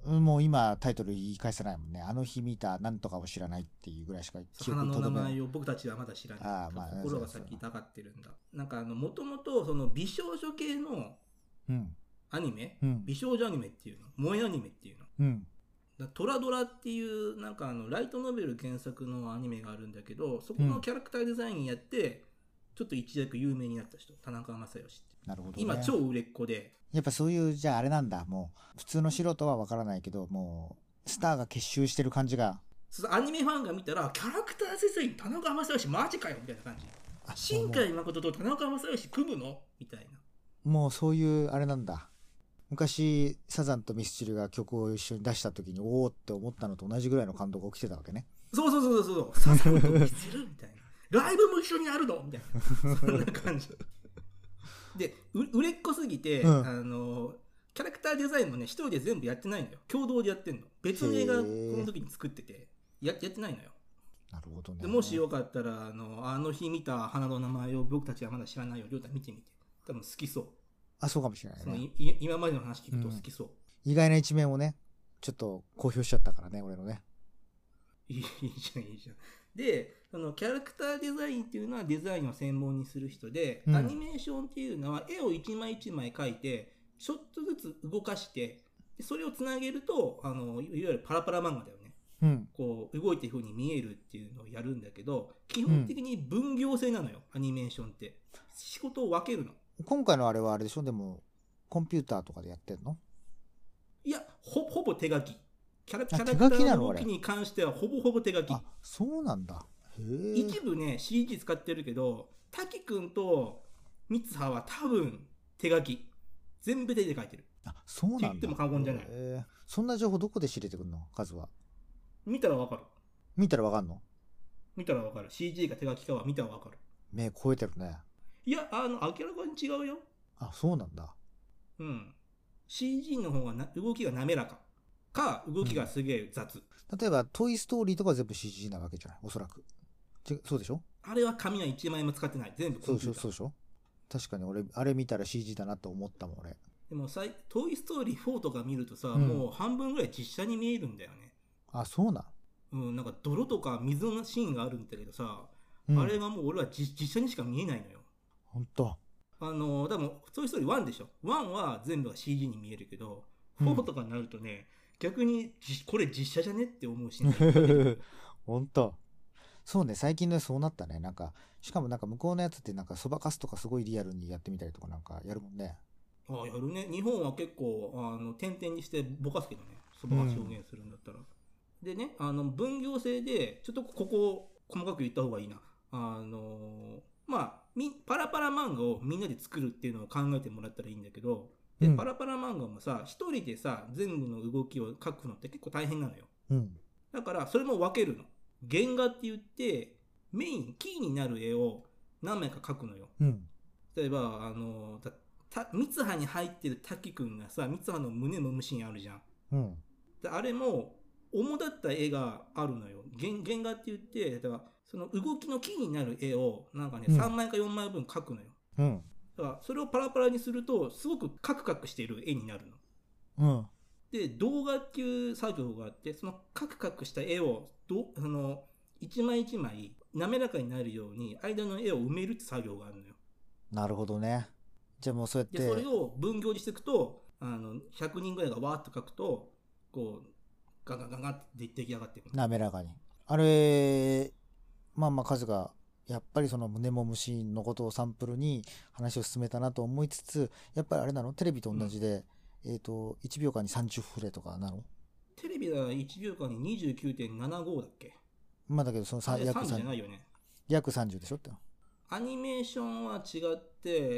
Speaker 2: もう今タイトル言い返せないもんね。あの日見たなんとかを知らないっていうぐらいしか記
Speaker 1: 花の名
Speaker 2: 憶とどめない。
Speaker 1: 前を僕たちはまだ知らない。
Speaker 2: ああ、まあ、
Speaker 1: 心が先たがってるんだ。なんかあの、もともとその美少女系の
Speaker 2: うん。
Speaker 1: アニメ、
Speaker 2: うん。
Speaker 1: 美少女アニメっていうの、萌えアニメっていうの。
Speaker 2: うん。
Speaker 1: だトラドラっていうなんかあのライトノベル原作のアニメがあるんだけど、そこのキャラクターデザインやって、ちょっと一躍有名になった人、田中正義って。
Speaker 2: なるほど、ね。
Speaker 1: 今超売れっ子で。
Speaker 2: やっぱそういう、じゃああれなんだ。もう、普通の素人はわからないけど、もう、スターが結集してる感じが。
Speaker 1: そうアニメファンが見たら、キャラクターデザイン田中正義マジかよみたいな感じ。新海誠と田中正義組むのみたいな。
Speaker 2: もうそういう、あれなんだ。昔、サザンとミスチルが曲を一緒に出した時に、おおって思ったのと同じぐらいの感動が起きてたわけね。
Speaker 1: そうそうそうそう。サザンとミスチルみたいな。ライブも一緒にやるのみたいな。そんな感じ。で、売れっ子すぎて、うん、あの、キャラクターデザインもね、一人で全部やってないのよ。共同でやってんの。別の映画この時に作ってて、や, やってないのよ。
Speaker 2: なるほどね。
Speaker 1: でもしよかったら、あの、あの日見た花の名前を僕たちはまだ知らないよ。りょうた見てみて。多分好きそう。
Speaker 2: あ、そうかもしれないね。
Speaker 1: そのい今までの話聞くと好きそう、
Speaker 2: うん。意外な一面をね、ちょっと公表しちゃったからね、俺のね。
Speaker 1: いいじゃん、いいじゃん。で、そのキャラクターデザインっていうのはデザインを専門にする人で、うん、アニメーションっていうのは絵を一枚一枚描いて、ちょっとずつ動かして、でそれをつなげると、あの、いわゆるパラパラ漫画だよね。うん、こう動いてる風に見えるっていうのをやるんだけど、基本的に分業制なのよ、うん、アニメーションって。仕事を分けるの。
Speaker 2: 今回のあれはあれでしょ？でも、コンピューターとかでやってんの？
Speaker 1: いや、ほ、ほぼ手書き。キャラ、キャラクターの動きに関してはほぼほぼ手書き。
Speaker 2: あ、そうなんだ。へえ。
Speaker 1: 一部ね、シージー 使ってるけど、滝くんと三葉は多分手書き。全部手で書いてる。
Speaker 2: あ、そうなんだ。
Speaker 1: って言っても過言じゃない。
Speaker 2: へえ。そんな情報どこで知れてくるの？数は。
Speaker 1: 見たらわかる。
Speaker 2: 見たらわかんの？
Speaker 1: 見たらわかる。シージー が手書きかは見たらわかる。
Speaker 2: 目超えてるね。
Speaker 1: いや、あの、明らかに違うよ。
Speaker 2: あ、そうなんだ。
Speaker 1: うん。シージー の方がな動きが滑らか。か、動きがすげえ雑、
Speaker 2: うん。例えば、トイストーリーとか全部 シージー なわけじゃない？おそらく。そうでしょ？
Speaker 1: あれは紙はいちまいも使ってない。全部コンピューター。
Speaker 2: そうでしょ？そうでしょ？確かに俺、あれ見たら シージー だなと思ったもん、俺。
Speaker 1: でもさ、トイストーリーフォーとか見るとさ、うん、もう半分ぐらい実写に見えるんだよね。
Speaker 2: あ、そうなん？
Speaker 1: うん、なんか泥とか水のシーンがあるんだけどさ、うん、あれがもう俺は実写にしか見えないのよ。
Speaker 2: ほんと。
Speaker 1: あの、多分、トイストーリーワンでしょ。ワンは全部が シージー に見えるけど、フォーとかになるとね、うん、逆にこれ実写じゃねって思うし、ね。
Speaker 2: ほんと。そうね、最近のそうなったね。なんか、しかもなんか向こうのやつってなんかそばかすとかすごいリアルにやってみたりとかなんかやるもんね。
Speaker 1: ああ、やるね。日本は結構、あの、点々にしてぼかすけどね。そばかす表現するんだったら。うん、でね、あの、分業制で、ちょっとここを細かく言った方がいいな。あの、まあ、み、パラパラ漫画をみんなで作るっていうのを考えてもらったらいいんだけど、で、うん、パラパラ漫画もさ、一人でさ、全部の動きを描くのって結構大変なのよ。うん、だから、それも分けるの。原画って言って、メイン、キーになる絵を何枚か描くのよ。うん、例えば、あの、た三葉に入ってる滝くんがさ、三葉の胸もむシーンあるじゃん。うん、であれも、主だった絵があるのよ。原, 原画って言って、だからその動きのキーになる絵をなんかね、うん、さんまいかよんまいぶん描くのよ。うん、だからそれをパラパラにするとすごくカクカクしている絵になるの。うん、で動画っていう作業があって、そのカクカクした絵をどその一枚一枚滑らかになるように間の絵を埋めるって作業があるのよ。
Speaker 2: なるほどね。じゃあもうそうやって
Speaker 1: でそれを分業にしていくと、あのひゃくにんぐらいがわーっと描くとこうガガガガって出来上がっていく。
Speaker 2: 滑らかに。あれ、まあまあ数が、やっぱりその胸もむシーンのことをサンプルに話を進めたなと思いつつ、やっぱりあれなの？テレビと同じで、うん、えっと、いちびょうかんにさんじゅっフレとかなの？
Speaker 1: テレビはいちびょうかんに にじゅうきゅうてんななご だっけ？
Speaker 2: まあだけど、そのさ約
Speaker 1: さんじゅうじゃないよね。
Speaker 2: 約さんじゅうでしょって。
Speaker 1: アニメーションは違って、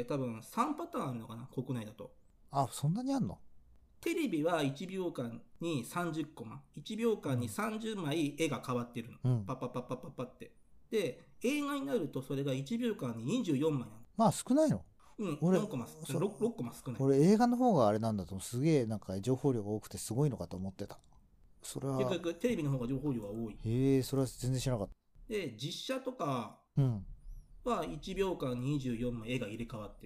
Speaker 1: 多分さんパターンあるのかな、国内だと。
Speaker 2: あ、そんなにあんの？
Speaker 1: テレビはいちびょうかんにさんじゅっコマ。いちびょうかんにさんじゅうまい絵が変わってるの。うん、パッパッパッパッパッパって。で、映画になるとそれがいちびょうかんににじゅうよんまいなの。
Speaker 2: まあ少ないの。
Speaker 1: うん、俺よんコマ、ろくコマ少ない。
Speaker 2: 俺映画の方があれなんだと、すげえなんか情報量が多くてすごいのかと思ってた。それは。
Speaker 1: 結局テレビの方が情報量が多い。
Speaker 2: へえ、それは全然知らなかった。
Speaker 1: で、実写とかはいちびょうかんににじゅうよんまい絵が入れ替わってる。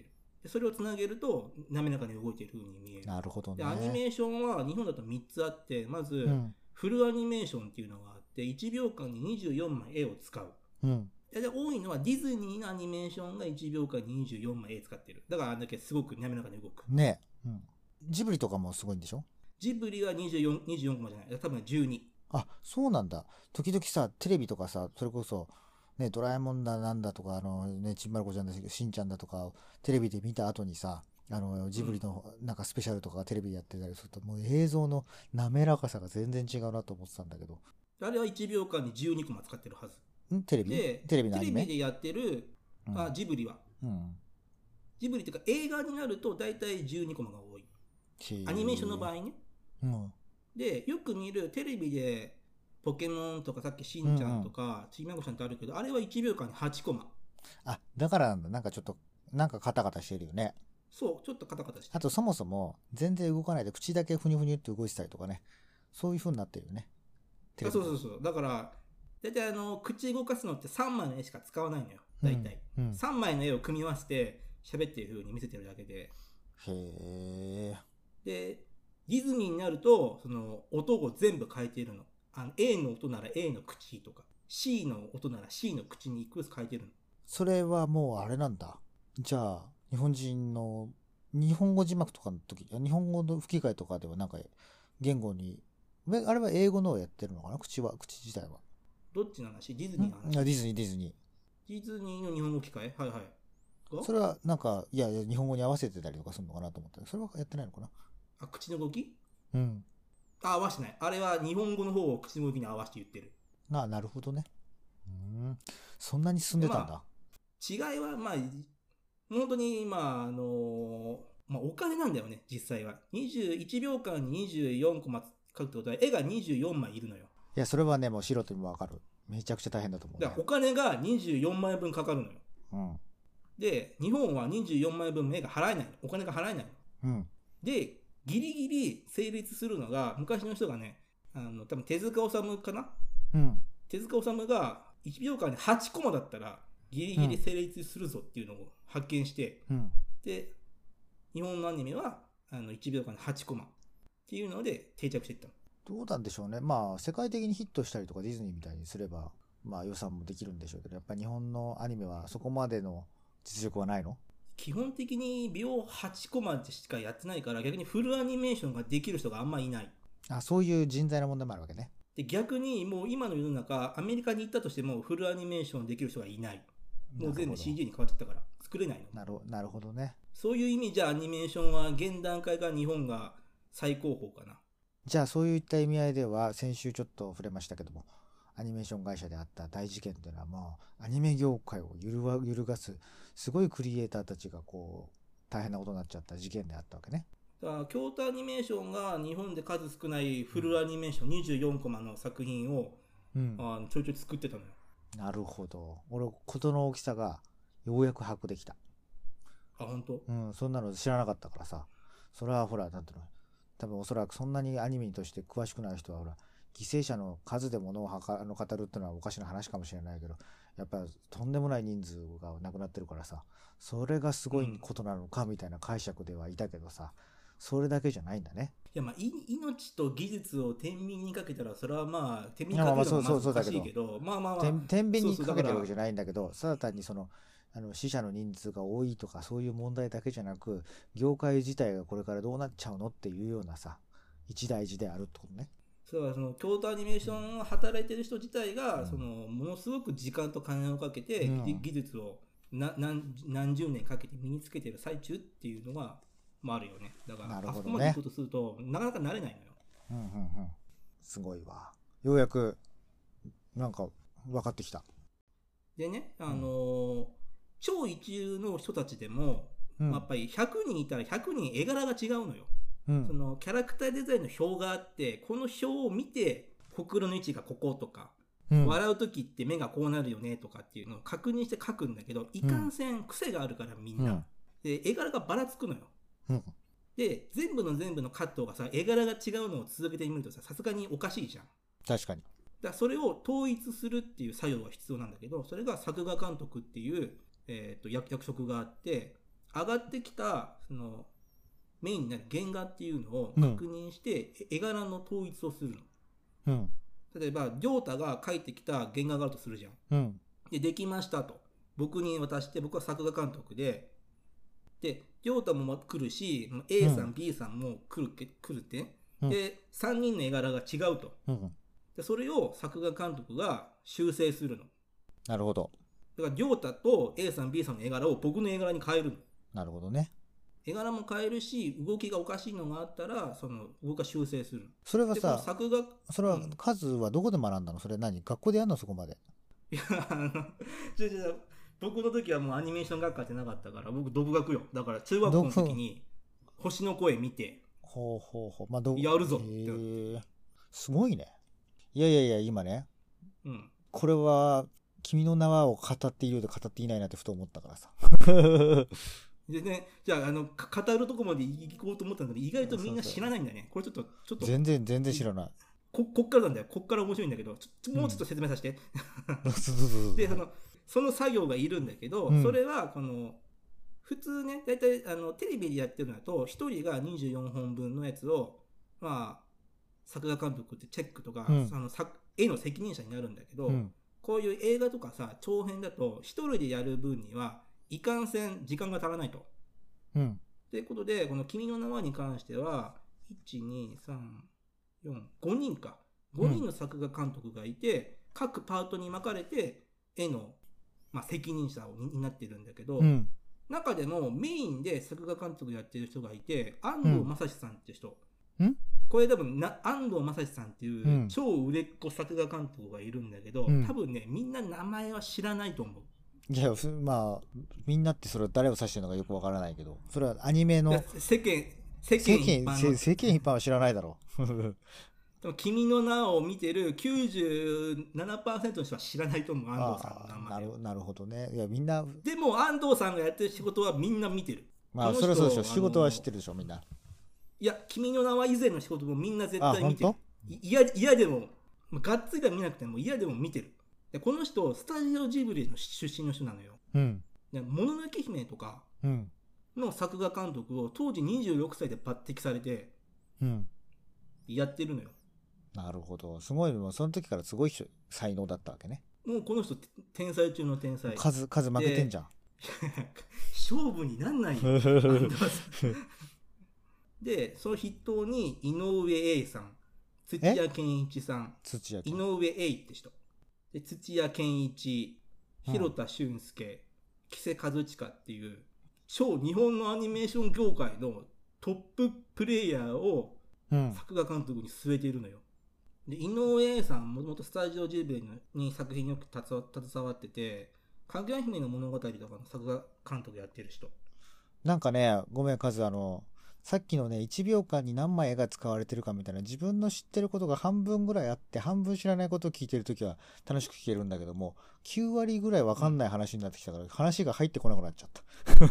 Speaker 1: でそれをつなげると滑らかに動いている風に見える。
Speaker 2: なるほどね。
Speaker 1: でアニメーションは日本だとみっつあって、まず、うん、フルアニメーションっていうのがあっていちびょうかんににじゅうよんまい絵を使う、うん、で多いのはディズニーのアニメーションがいちびょうかんににじゅうよんまい絵使ってる。だからあんだけすごく滑らかに動く
Speaker 2: ね。うん、ジブリとかもすごいんでしょ。
Speaker 1: ジブリはにじゅうよん、にじゅうよんコマじゃない、多分じゅうに。
Speaker 2: あ、そうなんだ。時々さテレビとかさ、それこそね、ドラえもんだなんだとか、あのね、ちんまる子ちゃんだし、しんちゃんだとかテレビで見た後にさ、あのジブリのなんかスペシャルとかテレビでやってたりすると、もう映像の滑らかさが全然違うなと思ってたんだけど、
Speaker 1: あれはいちびょうかんにじゅうにコマ使ってるはず。
Speaker 2: んテレビ
Speaker 1: で
Speaker 2: テレビのアニメ
Speaker 1: テレビでやってる、うん、あジブリは、うん、ジブリっていうか映画になると大体じゅうにコマが多い。アニメーションの場合ね、うん、でよく見るテレビでポケモンとかさっきしんちゃんとかちびまる子ちゃんってあるけど、あれはいちびょうかんにはちコマ。
Speaker 2: あ、だからなんだ。なんかちょっとなんかカタカタしてるよね。
Speaker 1: そう、ちょっとカタカタしてる。
Speaker 2: あとそもそも全然動かないで口だけふにゅふにゅって動いてたりとかね、そういう風になってるよね。
Speaker 1: あ、そうそうそう。だから大体あの口動かすのってさんまいの絵しか使わないのよ。大体、うんうん、さんまいの絵を組み合わせて喋ってる風に見せてるだけで。
Speaker 2: へー。
Speaker 1: でディズニーになるとその音を全部変えているの。あの A の音なら A の口とか C の音なら C の口にいくつ変えてるの。
Speaker 2: それはもうあれなんだ。じゃあ日本人の日本語字幕とかの時、日本語の吹き替えとかではなんか言語にあれは英語のをやってるのかな。口は口自体は
Speaker 1: どっちの話？ディズニーの話？
Speaker 2: ディズニーディズニ
Speaker 1: ーディズニーの日本語吹き替え、はいはい。
Speaker 2: それはなんかいやいや日本語に合わせてたりとかするのかなと思ったけど、それはやってないのかな。
Speaker 1: あ、口の動き？
Speaker 2: うん。
Speaker 1: あ、合わせてない。あれは日本語の方を口の動きに合わせて言ってる。
Speaker 2: あ、なるほどね。うん。そんなに進んでたんだ。まあ、
Speaker 1: 違いはまあ本当にまああのー、まあお金なんだよね実際は。にじゅういちびょうかんににじゅうよんコマ描くってことは絵がにじゅうよんまいいるのよ。
Speaker 2: いやそれはねもう素人にも分かる。めちゃくちゃ大変だと思う、ね。
Speaker 1: だからお金がにじゅうよんまいぶんかかるのよ。うん。で日本はにじゅうよんまいぶん絵が払えないの。お金が払えないの。うん。でギリギリ成立するのが昔の人がね、あの多分手塚治虫かな、うん、手塚治虫がいちびょうかんにはちコマだったらギリギリ成立するぞっていうのを発見して、うん、で日本のアニメはあのいちびょうかんにはちコマっていうので定着していったの。
Speaker 2: どうなんでしょうね。まあ世界的にヒットしたりとかディズニーみたいにすればまあ予算もできるんでしょうけど、やっぱり日本のアニメはそこまでの実力はないの？
Speaker 1: 基本的に秒はちコマでしかやってないから逆にフルアニメーションができる人があんまいない。
Speaker 2: あ、そういう人材の問題もあるわけね。
Speaker 1: で逆にもう今の世の中アメリカに行ったとしてもフルアニメーションできる人がいない。もう全部 シージー に変わっちゃったから作れないの。
Speaker 2: なる、なるほどね。
Speaker 1: そういう意味じゃアニメーションは現段階が日本が最高峰かな。
Speaker 2: じゃあそういった意味合いでは先週ちょっと触れましたけども、アニメーション会社であった大事件というのはもうアニメ業界を揺るわ揺るがすすごいクリエイターたちがこう大変なことになっちゃった事件であったわけね。
Speaker 1: だから京都アニメーションが日本で数少ないフルアニメーション、うん、にじゅうよんコマの作品を、うん、あちょいちょい作ってたのよ。
Speaker 2: なるほど。俺事の大きさがようやく把握できた。
Speaker 1: あ、本当？
Speaker 2: うん、そんなの知らなかったからさ。それはほらなんていうの、多分おそらくそんなにアニメとして詳しくない人はほら犠牲者の数でものをはかあの語るっていうのはおかしな話かもしれないけど、やっぱりとんでもない人数が亡くなってるからさ、それがすごいことなのかみたいな解釈ではいたけどさ、それだけじゃないんだね。
Speaker 1: いやまあ命と技術を天秤にかけたらそれはまあ天秤にかけるのはまずおかしいけど、まあまあまあ
Speaker 2: 天秤にかけてるわけじゃないんだけど、ただ単にそのあの死者の人数が多いとかそういう問題だけじゃなく、業界自体がこれからどうなっちゃうのっていうようなさ一大事であるってことね。
Speaker 1: そうその京都アニメーションを働いてる人自体が、うん、そのものすごく時間と金をかけて、うん、技術をな 何, 何十年かけて身につけてる最中っていうのが、まあ、あるよね。だから、ね、あそこまでいくことするとなかなか慣れないのよ。
Speaker 2: うんうんうん、すごいわ。ようやくなんか分かってきた。
Speaker 1: でね、あのーうん、超一流の人たちでも、うん、やっぱりひゃくにんいたらひゃくにん絵柄が違うのよ。うん、そのキャラクターデザインの表があって、この表を見てほくろの位置がこことか、うん、笑う時って目がこうなるよねとかっていうのを確認して書くんだけど、いかんせん癖があるからみんな、うん、で絵柄がばらつくのよ、うん、で全部の全部のカットがさ絵柄が違うのを続けてみるとささすがにおかしいじゃん。
Speaker 2: 確かに。
Speaker 1: だからそれを統一するっていう作業が必要なんだけど、それが作画監督っていう、えー、と 役, 役職があって、 上がってきたそのメインになる原画っていうのを確認して、うん、絵柄の統一をするの、うん、例えば亮太が描いてきた原画があるとするじゃん、うん、でできましたと僕に渡して、僕は作画監督でで亮太も来るし A さん、うん、B さんも来る来るって、うん、でさんにんの絵柄が違うと、うん、でそれを作画監督が修正するの。
Speaker 2: なるほど。
Speaker 1: だから亮太と A さん B さんの絵柄を僕の絵柄に変えるの。
Speaker 2: なるほどね。
Speaker 1: 絵柄も変えるし、動きがおかしいのがあったらその動きが修正するの。
Speaker 2: それはさ、
Speaker 1: 作画
Speaker 2: それは数はどこで学んだの？それ何？学校でやんの？そこまで。
Speaker 1: いやあのちょちょ僕の時はもうアニメーション学科ってなかったから、僕独学よ。だから中学校の時に星の声見て
Speaker 2: ほうほうほう、まあ、ど
Speaker 1: やるぞって。
Speaker 2: すごいね。いやいやいや今ね、
Speaker 1: うん、
Speaker 2: これは君の名はを語っているようで語っていないなってふと思ったからさ
Speaker 1: でね、じゃあ、あの語るとこまで行こうと思ったんだけど、意外とみんな知らないんだね。これちょっとちょっと
Speaker 2: 全然全然知らない。
Speaker 1: ここっからなんだよ。こっから面白いんだけど、ちょもうちょっと説明させて。うん、でそのその作業がいるんだけど、うん、それはこの普通ね、だいたいあのテレビでやってるのだとひとりがにじゅうよんほんぶんのやつを、まあ、作画監督ってチェックとか、うん、あの絵の責任者になるんだけど、うん、こういう映画とかさ長編だとひとりでやる分にはいかんせん時間が足らないと。と、うん、いうことでこの君の名はに関してはいちにさんよんごにんかごにんの作画監督がいて、うん、各パートに分かれて絵のまあ、責任者になってるんだけど、うん、中でもメインで作画監督やってる人がいて、安藤正史さんって人、うん、これ多分な安藤正史さんっていう超売れっ子作画監督がいるんだけど、うん、多分ねみんな名前は知らないと思う。
Speaker 2: いやまあみんなってそれは誰を指してるのかよくわからないけど、それはアニメの
Speaker 1: 世間世間一般の
Speaker 2: 世間一般は知らないだろう
Speaker 1: でも君の名を見てる きゅうじゅうななパーセント の人は知らないと思う、安藤さんの名前。
Speaker 2: なる、なるほどね。いやみんな
Speaker 1: でも安藤さんがやってる仕事はみんな見てる。
Speaker 2: まあそれはそうでしょ、仕事は知ってるでしょみんな。
Speaker 1: いや君の名は以前の仕事もみんな絶対見てる。嫌でもがっつりは見なくても嫌でも見てる。でこの人スタジオジブリの出身の人なのよ。うん、でもののけ姫とかの作画監督を当時にじゅうろくさいで抜擢されてやってるのよ。
Speaker 2: なるほど、すごい。もうその時からすごい才能だったわけね。
Speaker 1: もうこの人天才中の天才。
Speaker 2: 数数負けてんじゃん。
Speaker 1: 勝負になんないよでその筆頭に井上栄さん、土屋健一さん、
Speaker 2: 土屋
Speaker 1: 井上栄って人で、土屋健一、広田俊介、木瀬和親っていう超日本のアニメーション業界のトッププレイヤーを作画監督に据えているのよ。で井上栄さんもともとスタジオジブリに作品によく携わってて、かぐや姫の物語とかの作画監督やってる人。
Speaker 2: なんかね、ごめんカズ、あのさっきのねいちびょうかんに何枚絵が使われてるかみたいな、自分の知ってることが半分ぐらいあって半分知らないことを聞いてるときは楽しく聞けるんだけども、きゅうわりぐらい分かんない話になってきたから、うん、話が入ってこなくなっちゃった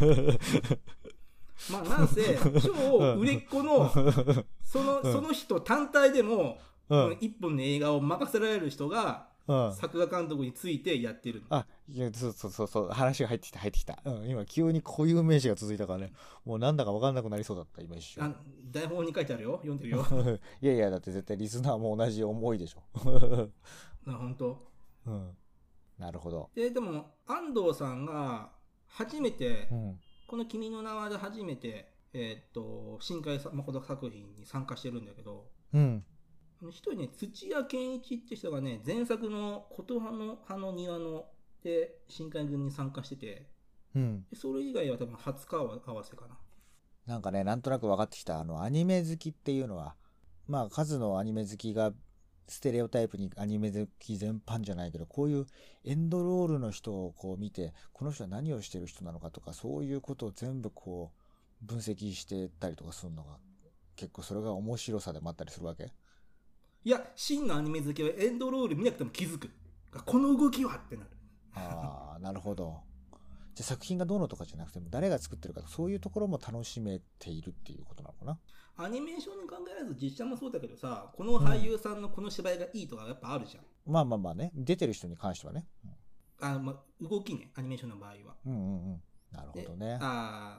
Speaker 1: まあなんせ超売れっ子のその、うん、その人単体でもうん、一本の映画を任せられる人が、うん、作画監督についてやってるの。
Speaker 2: あ、いや、そうそうそうそう、話が入ってきた入ってきた、うん、今急に固有名詞が続いたからね、もうなんだか分かんなくなりそうだった今一瞬。
Speaker 1: あ、台本に書いてあるよ、読んでるよ
Speaker 2: いやいや、だって絶対リスナーも同じ思いでしょ
Speaker 1: な、本当。
Speaker 2: うん、なるほど。
Speaker 1: ででも安藤さんが初めて、うん、この君の名はで初めてえー、っと新海誠作品に参加してるんだけど、うん、一人ね、土屋健一って人がね、前作の琴葉の葉の庭ので深海軍に参加してて、うん、それ以外は多分初顔合わせかな。
Speaker 2: なんかね、なんとなく分かってきた。あのアニメ好きっていうのは、まあ数のアニメ好きがステレオタイプにアニメ好き全般じゃないけど、こういうエンドロールの人をこう見て、この人は何をしてる人なのかとか、そういうことを全部こう分析してたりとかするのが結構それが面白さでもあったりするわけ。
Speaker 1: いや、真のアニメ好きはエンドロール見なくても気づく。この動きはってなる。
Speaker 2: ああ、なるほど。じゃあ作品がどうのとかじゃなくても、誰が作ってるか、そういうところも楽しめているっていうことなのかな。
Speaker 1: アニメーションに考えらず実写もそうだけどさ、この俳優さんのこの芝居がいいとかやっぱあるじゃん。
Speaker 2: うん、まあまあまあね、出てる人に関してはね。
Speaker 1: うん、あまあ、動きね、アニメーションの場合は。
Speaker 2: うんうんうん。なるほどね。
Speaker 1: あ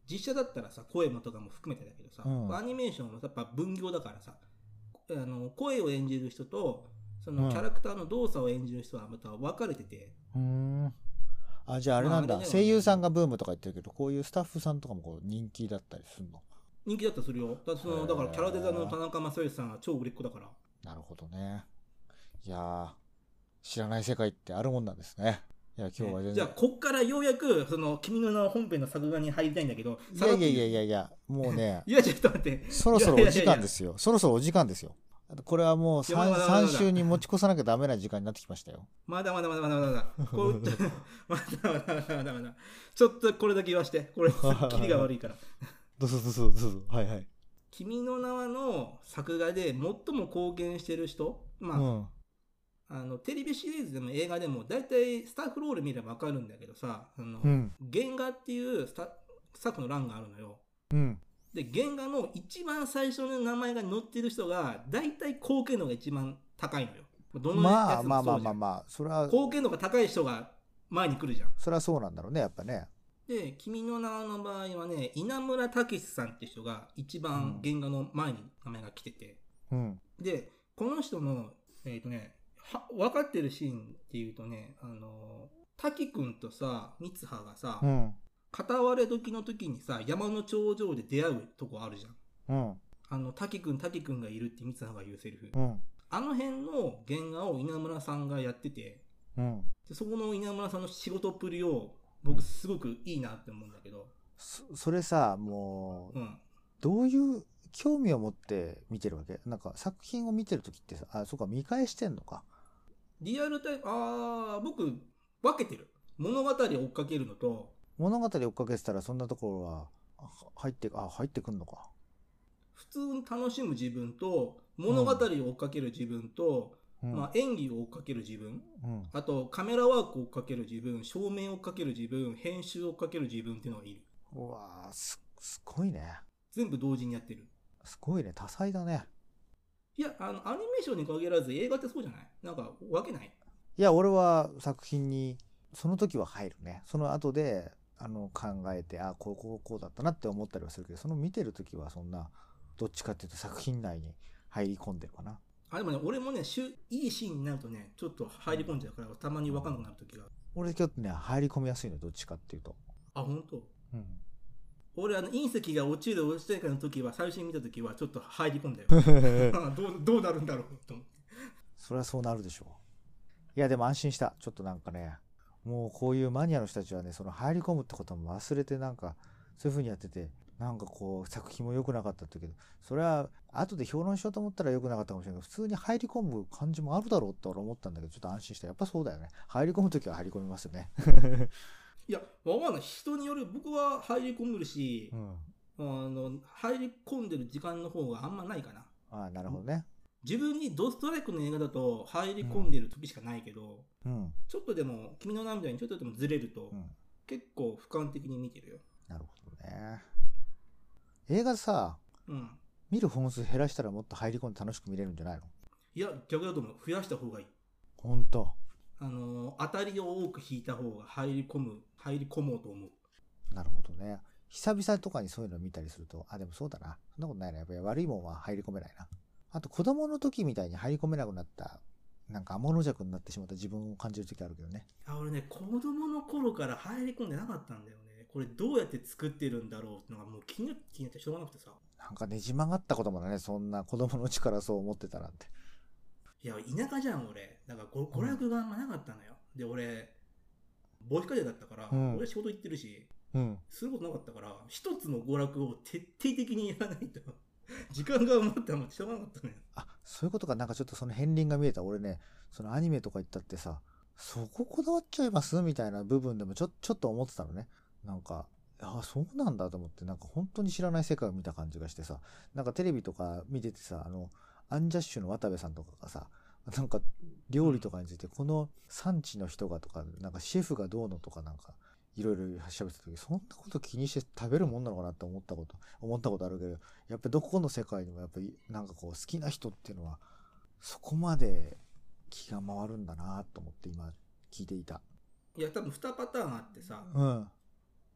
Speaker 1: 実写だったらさ声もとかも含めてだけどさ、
Speaker 2: うん、
Speaker 1: アニメーションはやっぱ分業だからさ、あの声を演じる人とそ
Speaker 2: うん
Speaker 1: のキャラクターの動作を演じる人はまた分かれてて、
Speaker 2: うーんあじゃああれなんだ、
Speaker 1: まああれだよね
Speaker 2: 声優さんがブームとか言ってるけどこういうスタッフさんとかもこう人気だったりするの？
Speaker 1: 人気だったりするよ。だそのだからキャラデザの田中正義さんは超売れっ子だから。
Speaker 2: なるほどね。いやー知らない世界ってあるもんなんですね。いや今日は全然、
Speaker 1: じゃあこっからようやくその君の名は本編の作画に入りたいんだけど、
Speaker 2: いやいやいやいやいやもうね
Speaker 1: いやちょっと待って
Speaker 2: そろそろお時間ですよ。そろそろお時間ですよ。これはもう 3,
Speaker 1: いやまだまだまだ
Speaker 2: さん週に持ち越さなきゃダメな時間になってきましたよ。
Speaker 1: まだまだまだまだまだまだこうまだまだまだまだまだちょっとこれだけ言わしてこれキリが悪いから
Speaker 2: どうぞどうぞどうぞはいはい。
Speaker 1: 君の名はの作画で最も貢献してる人、まあ、うん、あのテレビシリーズでも映画でも大体スタッフロール見れば分かるんだけどさ、あの、うん、原画っていうスタスタッフの欄があるのよ、うん、で原画の一番最初の名前が載ってる人が大体貢献度が一番高いのよ。どのやつもそうじゃん。まあまあまあまあまあそれは貢献度が高い人が前に来るじゃん。
Speaker 2: それはそうなんだろうねやっぱね。
Speaker 1: で君の名の場合はね稲村武さんって人が一番原画の前に名前が来てて、うん、でこの人のえっとね分かってるシーンっていうとね、あの滝くんとさ三葉がさ、うん、片割れ時の時にさ山の頂上で出会うとこあるじゃん、うん、あの滝くん滝くんがいるって三葉が言うセリフ、うん、あの辺の原画を稲村さんがやってて、うん、でそこの稲村さんの仕事っぷりを僕すごくいいなって思うんだけど、
Speaker 2: そ, それさもう、うん、どういう興味を持って見てるわけ？なんか作品を見てるときってさ、あ、そうか見返してんのか。
Speaker 1: リアルタイム、ああ僕分けてる。物語を追っかけるのと
Speaker 2: 物語を追っかけてたらそんなところは入ってあ入ってくんのか。
Speaker 1: 普通に楽しむ自分と物語を追っかける自分と、うんまあ、演技を追っかける自分、うん、あとカメラワークを追っかける自分、照明を追っかける自分、編集を追っかける自分っていうのがいる。
Speaker 2: うわー す, すごいね。
Speaker 1: 全部同時にやってる。
Speaker 2: すごいね、多彩だね。
Speaker 1: いやあのアニメーションに限らず映画ってそうじゃない？なんか分けない？
Speaker 2: いや俺は作品にその時は入るね。その後であの考えてあこうこうこうだったなって思ったりはするけど、その見てる時はそんなどっちかっていうと作品内に入り込んでるかな。
Speaker 1: あでもね俺もねいいシーンになるとねちょっと入り込んじゃうから、たまに分かんなくなる時が、
Speaker 2: うん、俺ちょっとね入り込みやすいのどっちかっていうと。
Speaker 1: あ本当？うん俺あの隕石が落ちる落ちてからの時は最初に見た時はちょっと入り込んだよどうどうなるんだろうと思って。
Speaker 2: それはそうなるでしょう。いやでも安心した。ちょっとなんかねもうこういうマニアの人たちはねその入り込むってことも忘れてなんかそういう風にやっててなんかこう作品も良くなかったって言うけど、それは後で評論しようと思ったら良くなかったかもしれないけど普通に入り込む感じもあるだろうって俺思ったんだけどちょっと安心した。やっぱそうだよね。入り込む時は入り込みますよね
Speaker 1: いやわかんない人による。僕は入り込むし、うん、あの入り込んでる時間の方があんまないかな。
Speaker 2: ああなるほどね。
Speaker 1: 自分にドストライクの映画だと入り込んでる時しかないけど、うん、ちょっとでも君の名みたいにちょっとでもずれると、うん、結構俯瞰的に見てるよ。
Speaker 2: なるほどね。映画さ、うん、見る本数減らしたらもっと入り込んで楽しく見れるんじゃないの？
Speaker 1: いや逆だと思う。増やした方がいい。
Speaker 2: ほんと。
Speaker 1: あの当たりを多く引いた方が入り込む入り込もうと思う。
Speaker 2: なるほどね。久々とかにそういうの見たりするとあでもそうだな。そんなことないな。やっぱり悪いもんは入り込めないな。あと子供の時みたいに入り込めなくなったなんか天の弱になってしまった自分を感じる時あるけどね。
Speaker 1: あ俺ね子供の頃から入り込んでなかったんだよね。これどうやって作ってるんだろうってのがもう気になって気になってしょうがなくてさ。
Speaker 2: なんかねじ曲がったこともねそんな子供のうちからそう思ってたなんて。
Speaker 1: いや田舎じゃん俺。だから娯楽があんまなかったのよ、うん、で俺母子家庭だったから、うん、俺仕事行ってるし、うん、することなかったから一つの娯楽を徹底的にやらないと時間が余ったらもうしょうがなかったね。
Speaker 2: あそういうことか。なんかちょっとその片鱗が見えた。俺ねそのアニメとか行ったってさそここだわっちゃいますみたいな部分でもちょちょっと思ってたのね。なんかあそうなんだと思ってなんか本当に知らない世界を見た感じがしてさ、なんかテレビとか見ててさあのアンジャッシュの渡部さんとかがさなんか料理とかについてこの産地の人がとかなんかシェフがどうのとかなんかいろいろ喋ってた時そんなこと気にして食べるもんなのかなって思ったこと思ったことあるけど、やっぱりどこの世界にもやっぱりなんかこう好きな人っていうのはそこまで気が回るんだなと思って今聞いていた。
Speaker 1: いや多分にパターンあってさ、
Speaker 2: うん、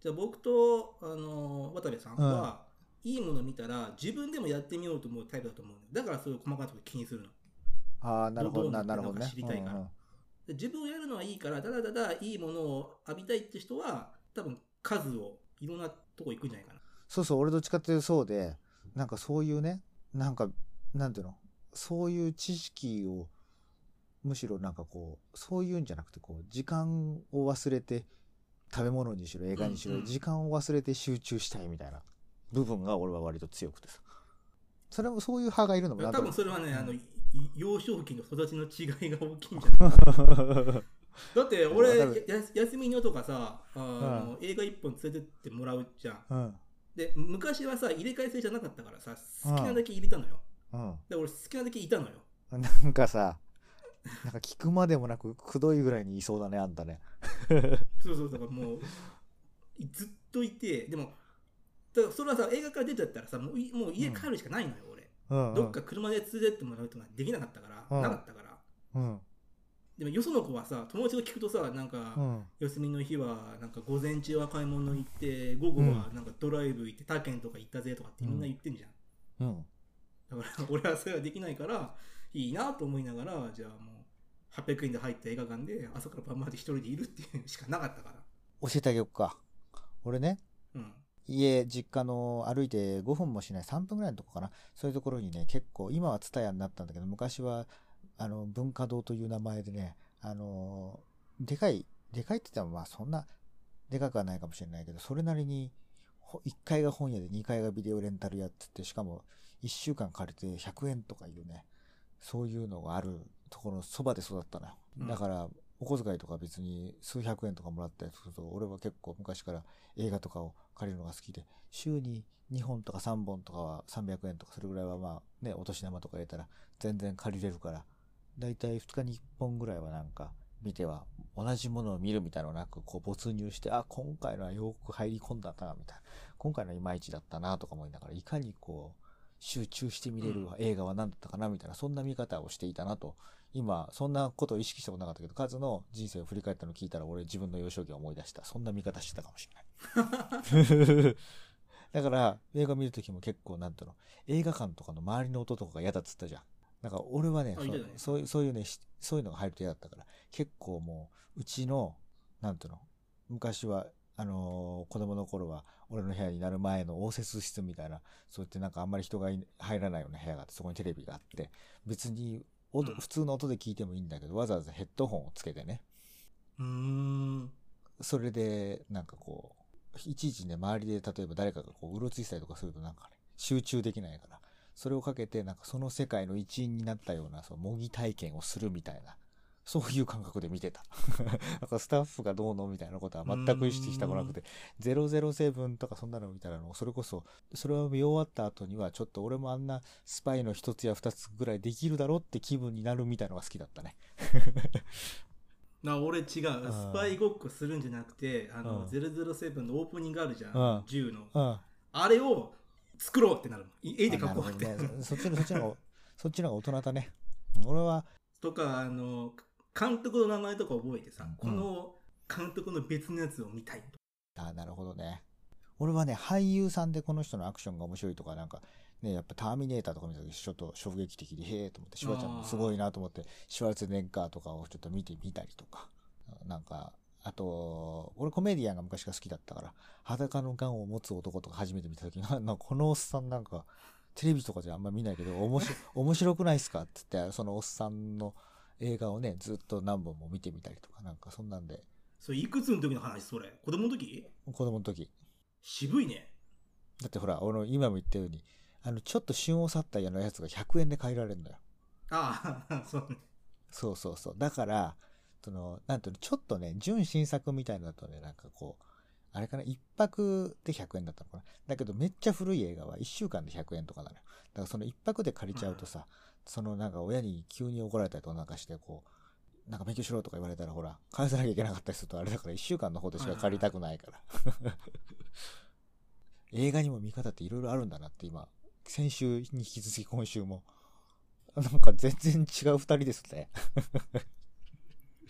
Speaker 1: じゃあ僕と、あのー渡部さんは、うん、いいもの見たら自分でもやってみようと思うタイプだと思う。だからそういう細かいところ気にするの。
Speaker 2: ああ、なるほど、なるほどね。
Speaker 1: 知りたいから、うんうん、で自分をやるのはいいから、だだだだいいものを浴びたいって人は多分数をいろんなとこ行くんじゃないかな。
Speaker 2: そうそう、俺どっちかっていうとそうで、なんかそういうね、なんかなんていうの、そういう知識をむしろなんかこうそういうんじゃなくて、こう時間を忘れて、食べ物にしろ映画にしろ、うんうん、時間を忘れて集中したいみたいな部分が俺は割と強くてさ、それもそういう派がいるのもなん
Speaker 1: 多分それはね、うん、あの幼少期の育ちの違いが大きいんじゃないだって俺や休みのとかさ、あの、うん、映画一本連れてってもらうじゃん、うん、で昔はさ入れ替え制じゃなかったからさ、好きなだけ入れたのよ、うん、で俺好きなだけいたのよ。
Speaker 2: なんかさ、なんか聞くまでもなくくどいぐらいにいそうだね、あんたね。
Speaker 1: そうそう、だからもうずっといて、でもだからそれはさ、映画から出ちゃったらさ、もう、もう家帰るしかないのよ、俺、うんうん、どっか車で連れてってもらうとかできなかったから、うん、なかったから、うん、でもよその子はさ、友達が聞くとさ、なんか、うん、休みの日はなんか午前中は買い物行って午後はなんかドライブ行って他県とか行ったぜとかってみんな言ってんじゃん、うん、だから俺はそれはできないからいいなと思いながら、じゃあもうはっぴゃくえんで入った映画館で朝から晩まで一人でいるっていうしかなかったから。
Speaker 2: 教えてあげようか。俺ね、うん、家実家の歩いてごふんもしないさんぷんぐらいのとこかな、そういうところにね、結構今はTSUTAYAになったんだけど、昔はあの文化堂という名前でね、あのでかいでかいって言ってもまあそんなでかくはないかもしれないけど、それなりにいっかいが本屋でにかいがビデオレンタルやってて、しかもいっしゅうかん借りてひゃくえんとかいうね、そういうのがあるところのそばで育ったのよ、うん、だからお小遣いとか別に数百円とかもらったりすると、俺は結構昔から映画とかを借りるのが好きで、週ににほんとかさんぼんとかはさんびゃくえんとかそれぐらいはまあね、お年玉とか入れたら全然借りれるから、だいたいふつかにいっぽんぐらいはなんか見ては同じものを見るみたいなのなく、こう没入して、あ、今回のはよく入り込んだなみたいな、今回のいまいちだったなとか思いながら、いかにこう集中して見れる映画は何だったかなみたいな、そんな見方をしていたなと。今そんなことを意識したことなかったけど、カズの人生を振り返ったのを聞いたら俺自分の幼少期を思い出した。そんな見方してたかもしれないだから映画見るときも結構なんていうの、映画館とかの周りの音とかが嫌だっつったじゃん。だから俺はね、そういうそういうね、そういうのが入ると嫌だったから、結構もううちのなんていうの、昔はあのー、子供の頃は俺の部屋になる前の応接室みたいな、そうやってなんかあんまり人が入らないような部屋があって、そこにテレビがあって、別に音、うん、普通の音で聞いてもいいんだけど、わざわざヘッドホンをつけてね、うーん、それでなんかこういちいちね、周りで例えば誰かがこううろついたりとかするとなんかね、集中できないから、それをかけてなんかその世界の一員になったような、そう模擬体験をするみたいな、そういう感覚で見てたなんかスタッフがどうのみたいなことは全く意識したくなくて、ゼロゼロセブンとかそんなの見たら、それこそそれを見終わった後にはちょっと俺もあんなスパイの一つや二つぐらいできるだろうって気分になるみたいなのが好きだったね
Speaker 1: な、俺違う、スパイごっこするんじゃなくて、あのゼロゼロセブンのオープニングあるじゃん、銃の、あれを作ろうってなるの、絵で描こうって、ね、
Speaker 2: そっちのそっちのそっちの方が大人だね。俺は
Speaker 1: とか、あの監督の名前とか覚えてさ、うん、この監督の別のやつを見たいと。
Speaker 2: ああ、なるほどね。俺はね、俳優さんでこの人のアクションが面白いとか、なんかね、やっぱターミネーターとか見た時ちょっと衝撃的で、へえと思って、シュワちゃんもすごいなと思って、シュワルツェネッガーとかをちょっと見てみたりとか、なんかあと俺コメディアンが昔から好きだったから、裸のガンを持つ男とか初めて見た時に、なんかこのおっさんなんかテレビとかじゃあんま見ないけど面白面白くないっすかって言って、そのおっさんの映画をね、ずっと何本も見てみたりとか、なんかそんなんで。
Speaker 1: それいくつの時の話？それ子供の時？
Speaker 2: 子供の時。
Speaker 1: 渋いね。
Speaker 2: だってほら、俺今も言ったように、あのちょっと旬を去ったようなやつがひゃくえんで買えられるんだよ。
Speaker 1: ああ、そうね。
Speaker 2: そうそうそう。だからそのなんていうの、ちょっとね、純新作みたいなのだとね、なんかこうあれかな、一泊でひゃくえんだったのかな。だけどめっちゃ古い映画はいっしゅうかんでひゃくえんとかなのよ。だからその一泊で借りちゃうとさ、うん、そのなんか親に急に怒られたりとかなんかしてこうなんか勉強しろとか言われたらほら返さなきゃいけなかったりするとあれだから、いっしゅうかんの方でしか借りたくないから映画にも見方っていろいろあるんだなって今先週に引き続き今週もなんか全然違うふたりですね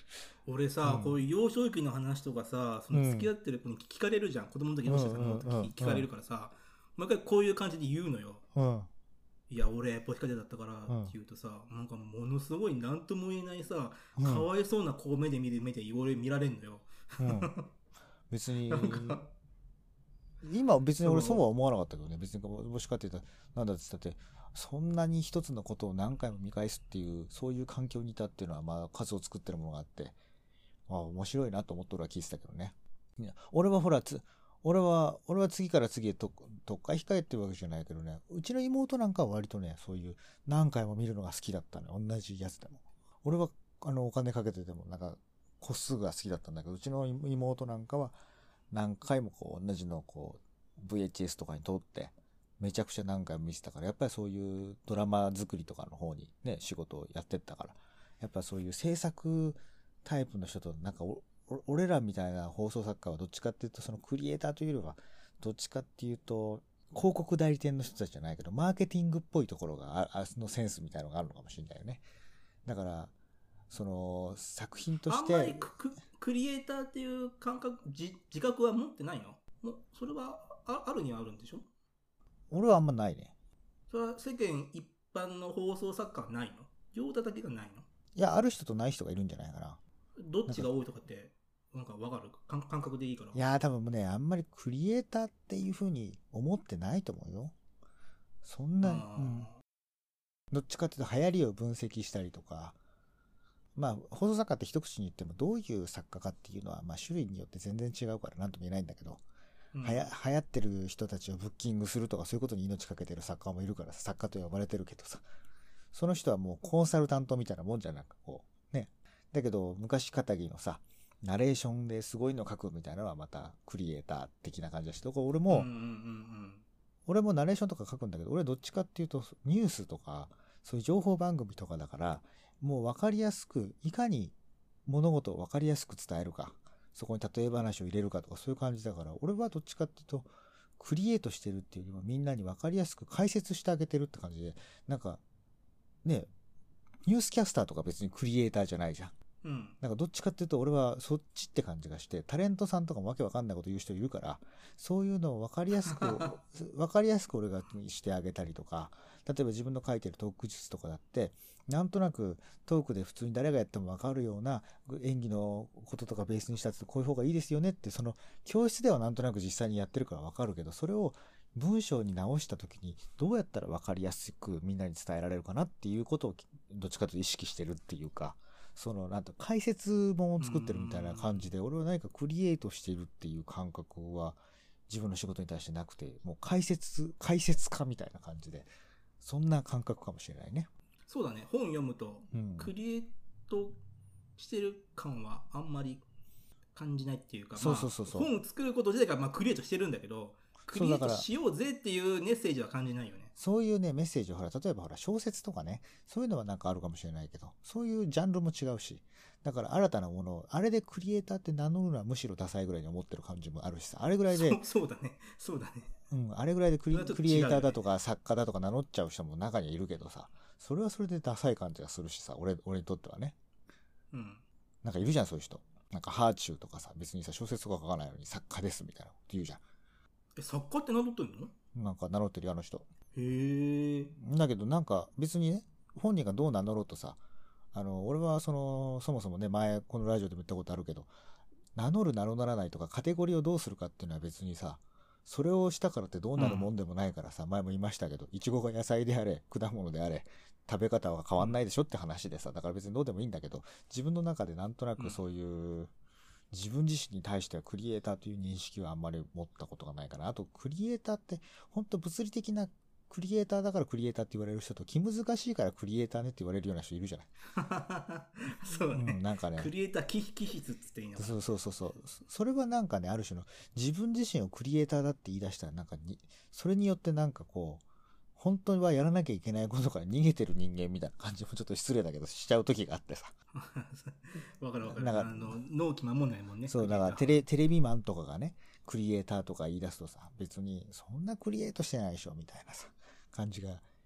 Speaker 1: 俺さ、
Speaker 2: うん、
Speaker 1: こういう幼少期の話とかさ、その付き合ってる子に聞かれるじゃん。子供の時どうしてたのって聞かれるからさ、毎回こういう感じで言うのよ。
Speaker 2: うん、
Speaker 1: いや、俺、母子家庭だったからって
Speaker 2: うん、
Speaker 1: 言うとさ、なんかものすごい何とも言えないさ、
Speaker 2: うん、
Speaker 1: かわいそうな子を目で見る目で俺見られんのよ。
Speaker 2: うん。別
Speaker 1: なん
Speaker 2: に、
Speaker 1: か、
Speaker 2: 今別に俺そうは
Speaker 1: そ
Speaker 2: 思わなかったけどね。別にもしかって言ったら、なんだって言ったって、そんなに一つのことを何回も見返すっていう、そういう環境にいたっていうのは、まあ数を作ってるものがあって、ああ、面白いなと思って俺は聞いてたけどね。いや俺はほら、つ、俺は、俺は次から次へと特化控えってるわけじゃないけどね、うちの妹なんかは割とね、そういう何回も見るのが好きだったの。同じやつでも。俺は、あの、お金かけてても、なんか、個数が好きだったんだけど、うちの妹なんかは、何回もこう、同じのをこう、ブイエイチエス とかに通って、めちゃくちゃ何回も見せたから、やっぱりそういうドラマ作りとかの方にね、仕事をやってったから、やっぱそういう制作タイプの人と、なんかお、俺らみたいな放送作家はどっちかっていうと、そのクリエイターというよりは、どっちかっていうと、広告代理店の人たちじゃないけど、マーケティングっぽいところが、あのセンスみたいなのがあるのかもしれないよね。だから、その、作品と
Speaker 1: う。あ
Speaker 2: して、
Speaker 1: んまりクククリエイターっていう感覚、じ自覚は持ってないの？もうそれはああるにはあるんでしょ？
Speaker 2: 俺はあんまないね。
Speaker 1: それは世間一般の放送作家はないの？ヨーダだけがないの？
Speaker 2: いや、ある人とない人がいるんじゃないかな。
Speaker 1: どっ
Speaker 2: なんか、
Speaker 1: ちが多いとかって、なんかわかる感感覚でいいから。
Speaker 2: いやー多分ね、あんまりクリエイターっていう風に思ってないと思うよ。そんな、うん。
Speaker 1: あ
Speaker 2: どっちかっていうと流行りを分析したりとか、まあ、放送作家って一口に言ってもどういう作家かっていうのは、まあ種類によって全然違うから何とも言えないんだけど、
Speaker 1: ー、うん、
Speaker 2: はや、流行ってる人たちをブッキングするとかそういうことに命かけてる作家もいるからさ、作家と呼ばれてるけどさ、その人はもうコンサルタントみたいなもんじゃなく、こう、ね。だけど、昔かたぎのさ、ナレーションですごいの書くみたいなのはまたクリエイター的な感じだし、だから俺も、
Speaker 1: うんうんうん
Speaker 2: 俺もナレーションとか書くんだけど、俺どっちかっていうと、ニュースとか、そういう情報番組とかだから、もう分かりやすく、いかに物事を分かりやすく伝えるか、そこに例え話を入れるかとかそういう感じだから、俺はどっちかっていうと、クリエイトしてるっていうよりもみんなに分かりやすく解説してあげてるって感じで、なんか、ね、ニュースキャスターとか別にクリエイターじゃないじゃん。
Speaker 1: うんうん。
Speaker 2: なんかどっちかっていうと俺はそっちって感じがして、タレントさんとかもわけわかんないこと言う人いるから、そういうのをわかりやすく、わかりやすく俺がしてあげたりとか、例えば自分の書いてるトーク術とかだって、なんとなくトークで普通に誰がやってもわかるような演技のこととかベースにしたってこういう方がいいですよねって、その教室ではなんとなく実際にやってるからわかるけど、それを文章に直した時にどうやったらわかりやすくみんなに伝えられるかなっていうことをどっちかというと意識してるっていうか、その、なんと、解説本を作ってるみたいな感じで、俺は何かクリエイトしてるっていう感覚は、自分の仕事に対してなくて、もう解説、解説家みたいな感じで、そんな感覚かもしれないね。
Speaker 1: そうだね。本読むと、
Speaker 2: うん。
Speaker 1: クリエイトしてる感はあんまり感じないっていうか、
Speaker 2: そう
Speaker 1: まあ、
Speaker 2: そうそうそう。
Speaker 1: 本を作ること自体がまあクリエイトしてるんだけど、ク
Speaker 2: そうだから、
Speaker 1: リエイトしようぜっていうメッセージは感じないよね。
Speaker 2: そういうね、メッセージをほら、例えばほら、小説とかね、そういうのはなんかあるかもしれないけど、そういうジャンルも違うし、だから新たなものを、あれでクリエイターって名乗るのはむしろダサいぐらいに思ってる感じもあるしさ、あれぐらいで、
Speaker 1: そう、そうだね。そうだね。
Speaker 2: うん、あれぐらいでクリ、
Speaker 1: それはちょっ
Speaker 2: クリエイ
Speaker 1: と違うよね。
Speaker 2: ターだとか作家だとか名乗っちゃう人も中にはいるけどさ、それはそれでダサい感じがするしさ、俺、俺にとってはね。
Speaker 1: うん。
Speaker 2: なんかいるじゃん、そういう人。なんかハーチューとかさ、別にさ、小説とか書かないのに作家ですみたいなこと言うじゃ
Speaker 1: え、作家って名乗ってんの？
Speaker 2: ん。なんか名乗ってるよ、あの人。
Speaker 1: へえ。
Speaker 2: だけどなんか別にね、本人がどう名乗ろうとさ、あの、俺はその、そもそもね、前このラジオでも言ったことあるけど、名乗る名乗らないとかカテゴリーをどうするかっていうのは別にさ、それをしたからってどうなるもんでもないからさ、前も言いましたけど、イチゴが野菜であれ、果物であれ、食べ方は変わんないでしょって話でさ、だから別にどうでもいいんだけど、自分の中でなんとなくそういう、自分自身に対してはクリエイターという認識はあんまり持ったことがないかな。あと、クリエイターって、本当物理的なクリエイターだからクリエイターって言われる人と、気難しいからクリエイターねって言われるような人いるじゃない。
Speaker 1: そうだね。
Speaker 2: うん、なんかね、
Speaker 1: クリエイター気気質っつっていいのかな。
Speaker 2: そうそうそうそう。それはなんかね、ある種の自分自身をクリエイターだって言い出したらなんかに、それによってなんかこう、本当はやらなきゃいけないことから逃げてる人間みたいな感じもちょっと失礼だけどしちゃう時があってさ。
Speaker 1: わかるわかる。
Speaker 2: なんか、
Speaker 1: あの、納期守んないもんね。
Speaker 2: そう、だからテ
Speaker 1: クリエイ
Speaker 2: レ、テレビマンとかがね、クリエイターとか言い出すとさ、別にそんなクリエイトしてないでしょみたいなさ、感じが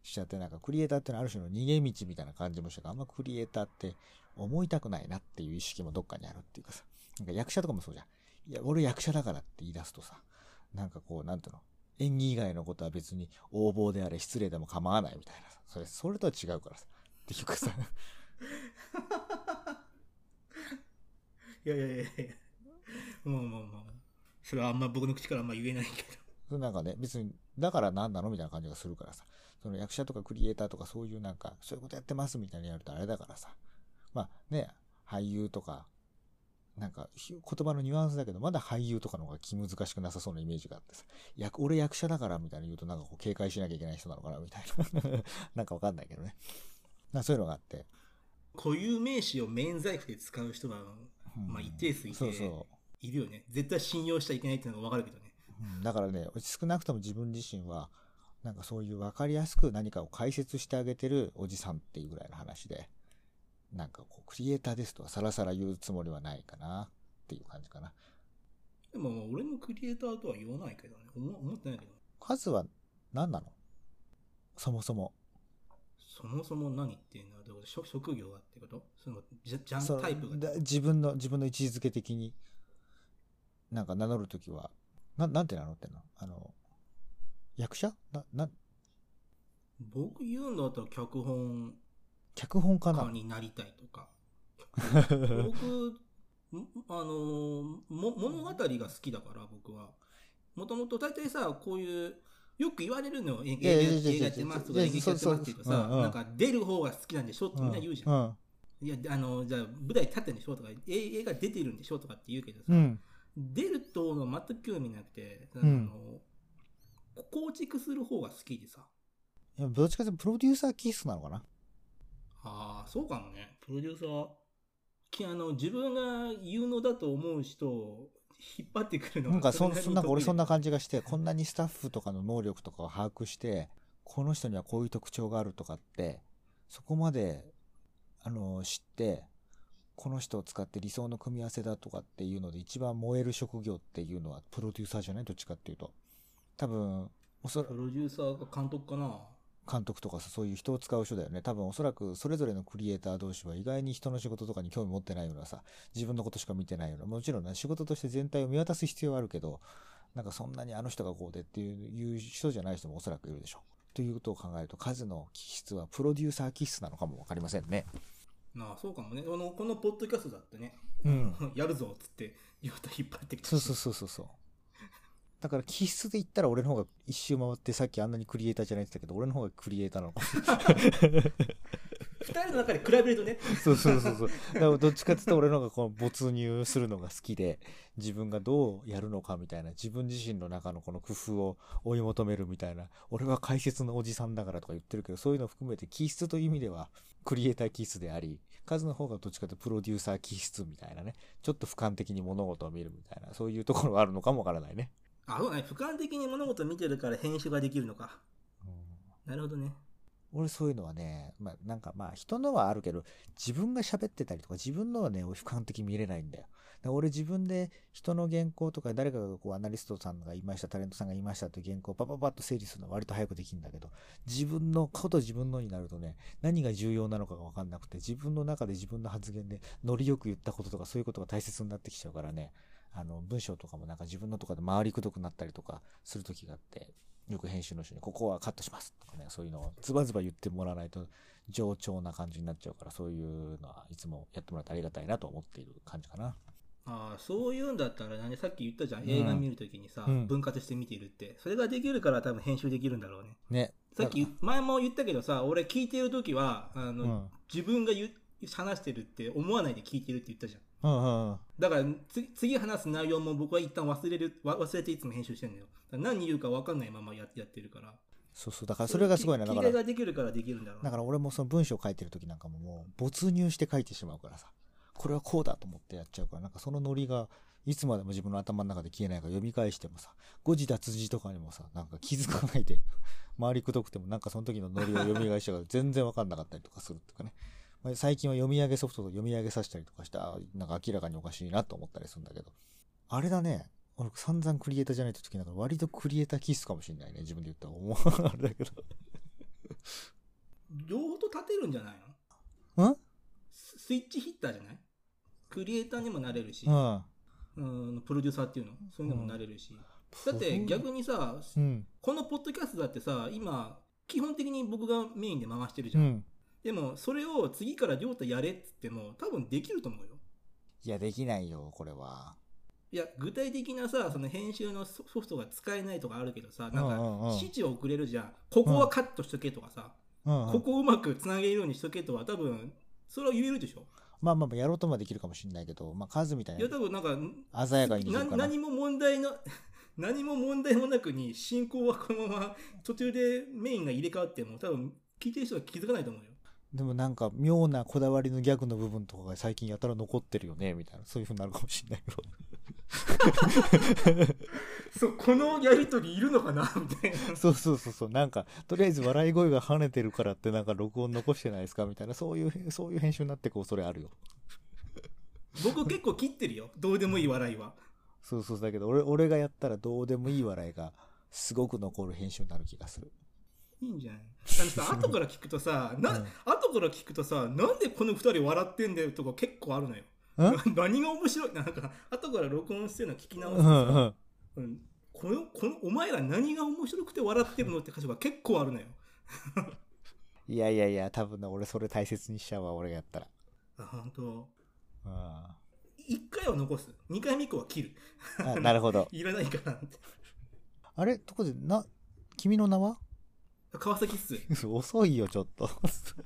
Speaker 2: しちゃって、なんかクリエイターってのはある種の逃げ道みたいな感じもしたから、あんまクリエイターって思いたくないなっていう意識もどっかにあるっていうかさ、なんか役者とかもそうじゃん。いや、俺役者だからって言い出すとさ、なんかこう、なんていうの、演技以外のことは別に横暴であれ失礼でも構わないみたいなさ、それ、それとは違うからさ、っていうかさ。
Speaker 1: いやいやいやいや、もうもうもう、それはあんま僕の口からあんま言えないけど。
Speaker 2: なんかね、別に、だから何なのみたいな感じがするからさ、その役者とかクリエイターとかそういうなんか、そういうことやってますみたいにやるとあれだからさ、まあね、俳優とか、なんか言葉のニュアンスだけど、まだ俳優とかの方が気難しくなさそうなイメージがあってさ、役俺役者だからみたいに言うとなんかこう警戒しなきゃいけない人なのかなみたいな。なんかわかんないけどね。なんかそういうのがあって。
Speaker 1: 固有名詞を免罪符で使う人は、うん、まあ一定数いて、そうそういるよね。絶対信用しちゃいけないっていうのがわかるけどね。
Speaker 2: うん、だからね、少なくとも自分自身は、なんかそういう分かりやすく何かを解説してあげてるおじさんっていうぐらいの話で、なんかこう、クリエイターですとはさらさら言うつもりはないかなっていう感じかな。
Speaker 1: でも、俺もクリエイターとは言わないけどね。思, 思ってないけど。
Speaker 2: 数は何なの？そもそも。
Speaker 1: そもそも何っていうのはどういうこと？職業がってことそのジャ、ジャンタイプが。
Speaker 2: 自分の、自分の位置づけ的に、なんか名乗るときは、な、なんて名乗ってんの？あの、役者な、な、
Speaker 1: 僕言うんだったら脚本
Speaker 2: 脚本家な
Speaker 1: 家になりたいとか。僕、あの、も、物語が好きだから僕は。もともと大体さ、こういう、よく言われるのよ。映画やってますとか演劇やってますって言うとさ、なんか出る方が好きなんでしょってみんな言うじゃん。うんうん、いや、あの、じゃあ舞台立ってんでしょとか、映画出てるんでしょとかって言うけどさ、うん、出るとの全く興味なくて、あの、うん、構築する方が好きでさ。
Speaker 2: いや、どっちかというとプロデューサー気質なのかな。
Speaker 1: ああ、そうかもね。プロデューサー。あの、自分が有能だと思う人を引っ張ってくるのが
Speaker 2: なんかそ、そんな俺そんな感じがして、こんなにスタッフとかの能力とかを把握して、この人にはこういう特徴があるとかって、そこまで、あの、知って、この人を使って理想の組み合わせだとかっていうので一番燃える職業っていうのはプロデューサーじゃない？どっちかっていうと。多分、おそらく。
Speaker 1: プロデューサーが監督かな？
Speaker 2: 監督とかさ、そういう人を使う人だよね。多分おそらくそれぞれのクリエイター同士は意外に人の仕事とかに興味持ってないようなさ、自分のことしか見てないような、もちろんね、仕事として全体を見渡す必要はあるけど、なんかそんなにあの人がこうでっていう人じゃない人もおそらくいるでしょう。ということを考えると、数の気質はプロデューサー気質なのかもわかりませんね。
Speaker 1: ああ、そうかもね。あの、このポッドキャストだってね、うん、やるぞっつって言うと引っ張ってきて。
Speaker 2: そうそうそうそうそう。だから気質で言ったら俺の方が一周回ってさっきあんなにクリエイターじゃないって言ったけど俺の方がクリエイターなのかも
Speaker 1: 二人の中で比べるとね
Speaker 2: そうそうそうそうだからどっちかって言ったら俺の方がこの没入するのが好きで自分がどうやるのかみたいな自分自身の中のこの工夫を追い求めるみたいな俺は解説のおじさんだからとか言ってるけどそういうのを含めて気質という意味ではクリエイター気質であり数の方がどっちかというとプロデューサー気質みたいなねちょっと俯瞰的に物事を見るみたいなそういうところがあるのかもわからないね
Speaker 1: あ、そうね。俯瞰的に物事を見てるから編集ができるのか。うん、なるほどね。
Speaker 2: 俺そういうのはね、まあなんかまあ人のはあるけど、自分が喋ってたりとか自分のはね、俯瞰的に見れないんだよ。だから俺自分で人の原稿とか誰かがこうアナリストさんが言いました、タレントさんが言いましたという原稿をパパパッと整理するのは割と早くできるんだけど、自分のこと自分のになるとね、何が重要なのかが分かんなくて、自分の中で自分の発言でノリよく言ったこととかそういうことが大切になってきちゃうからね、あの文章とかもなんか自分のとかで回りくどくなったりとかする時があってよく編集の人にここはカットしますとかねそういうのをズバズバ言ってもらわないと冗長な感じになっちゃうからそういうのはいつもやってもらってありがたいなと思っている感じかな。
Speaker 1: ああそういうんだったら何さっき言ったじゃん、うん、映画見るときにさ、うん、分割して見ているってそれができるから多分編集できるんだろうね。
Speaker 2: ね
Speaker 1: さっき前も言ったけどさ俺聞いてるときはあの、うん、自分が言話してるって思わないで聞いてるって言ったじゃん。うんうんうん、だから次、次話す内容も僕は一旦忘れる忘れていつも編集してるのよ。何言うか分かんないまま や, やってるから。
Speaker 2: そうそうだからそれがすごいな。だから
Speaker 1: 切り替えができるからできるんだろう。
Speaker 2: だから俺もその文章書いてる時なんかももう没入して書いてしまうからさこれはこうだと思ってやっちゃうからなんかそのノリがいつまでも自分の頭の中で消えないから読み返してもさ誤字脱字とかにもさなんか気づかないで周りくどくてもなんかその時のノリを読み返しちゃうから全然分かんなかったりとかするっていうかね。最近は読み上げソフトと読み上げさせたりとかしてあなんか明らかにおかしいなと思ったりするんだけどあれだね俺散々クリエイターじゃないと時だから割とクリエイター気質かもしれないね自分で言ったら思うあれだけど
Speaker 1: 両方と立てるんじゃない
Speaker 2: の？ん
Speaker 1: ススイッチヒッターじゃない？クリエイターにもなれるし、
Speaker 2: うん。
Speaker 1: うん、プロデューサーっていうのそういうのもなれるし、だって逆にさ、
Speaker 2: うん、
Speaker 1: このポッドキャストだってさ、今基本的に僕がメインで回してるじゃん、
Speaker 2: うん、
Speaker 1: でもそれを次から亮太やれっつっても多分できると思うよ。
Speaker 2: いやできないよこれは。
Speaker 1: いや具体的なさ、その編集のソフトが使えないとかあるけどさ、なんか指示を送れるじゃん、ここはカットしとけとかさ、うんうん、ここをうまくつなげるようにしとけとは多分それは言えるでしょ。
Speaker 2: まあまあやろうともできるかもしれないけど、まあ数みたいな。
Speaker 1: いや多分なんか
Speaker 2: 鮮やかにできるかな。
Speaker 1: 何も問題の何も問題もなくに進行はこのまま途中でメインが入れ替わっても多分聞いてる人は気づかないと思うよ。
Speaker 2: でもなんか妙なこだわりのギャグの部分とかが最近やたら残ってるよねみたいな、そういう風になるかもしれないよ。
Speaker 1: そうこのやりとりいるのかなみたいな。
Speaker 2: そうそうそうそう、なんかとりあえず笑い声が跳ねてるからってなんか録音残してないですかみたいな、そういうそういう編集になってこう恐れあるよ。
Speaker 1: 僕結構切ってるよ、どうでもいい笑いは。
Speaker 2: そうそうだけど俺俺がやったらどうでもいい笑いがすごく残る編集になる気がする。
Speaker 1: いいんじゃない？あのさ後から聞くとさな、うん、後から聞くとさ、なんでこのふたり笑ってんだよとか結構あるのよ。何が面白いなんか後から録音してるの聞き直すとさ、うんうん、このこのお前ら何が面白くて笑ってるのって箇所が結構あるのよ。
Speaker 2: いやいやいや、多分ね俺それ大切にしちゃうわ、俺がやったら。
Speaker 1: あ、本当。
Speaker 2: あ
Speaker 1: いっかいは残す、にかいめ以降は切る。
Speaker 2: あ、なるほど。
Speaker 1: いらないからって。
Speaker 2: あれとこでな、君の名は
Speaker 1: 川崎っす。
Speaker 2: 遅いよちょっと。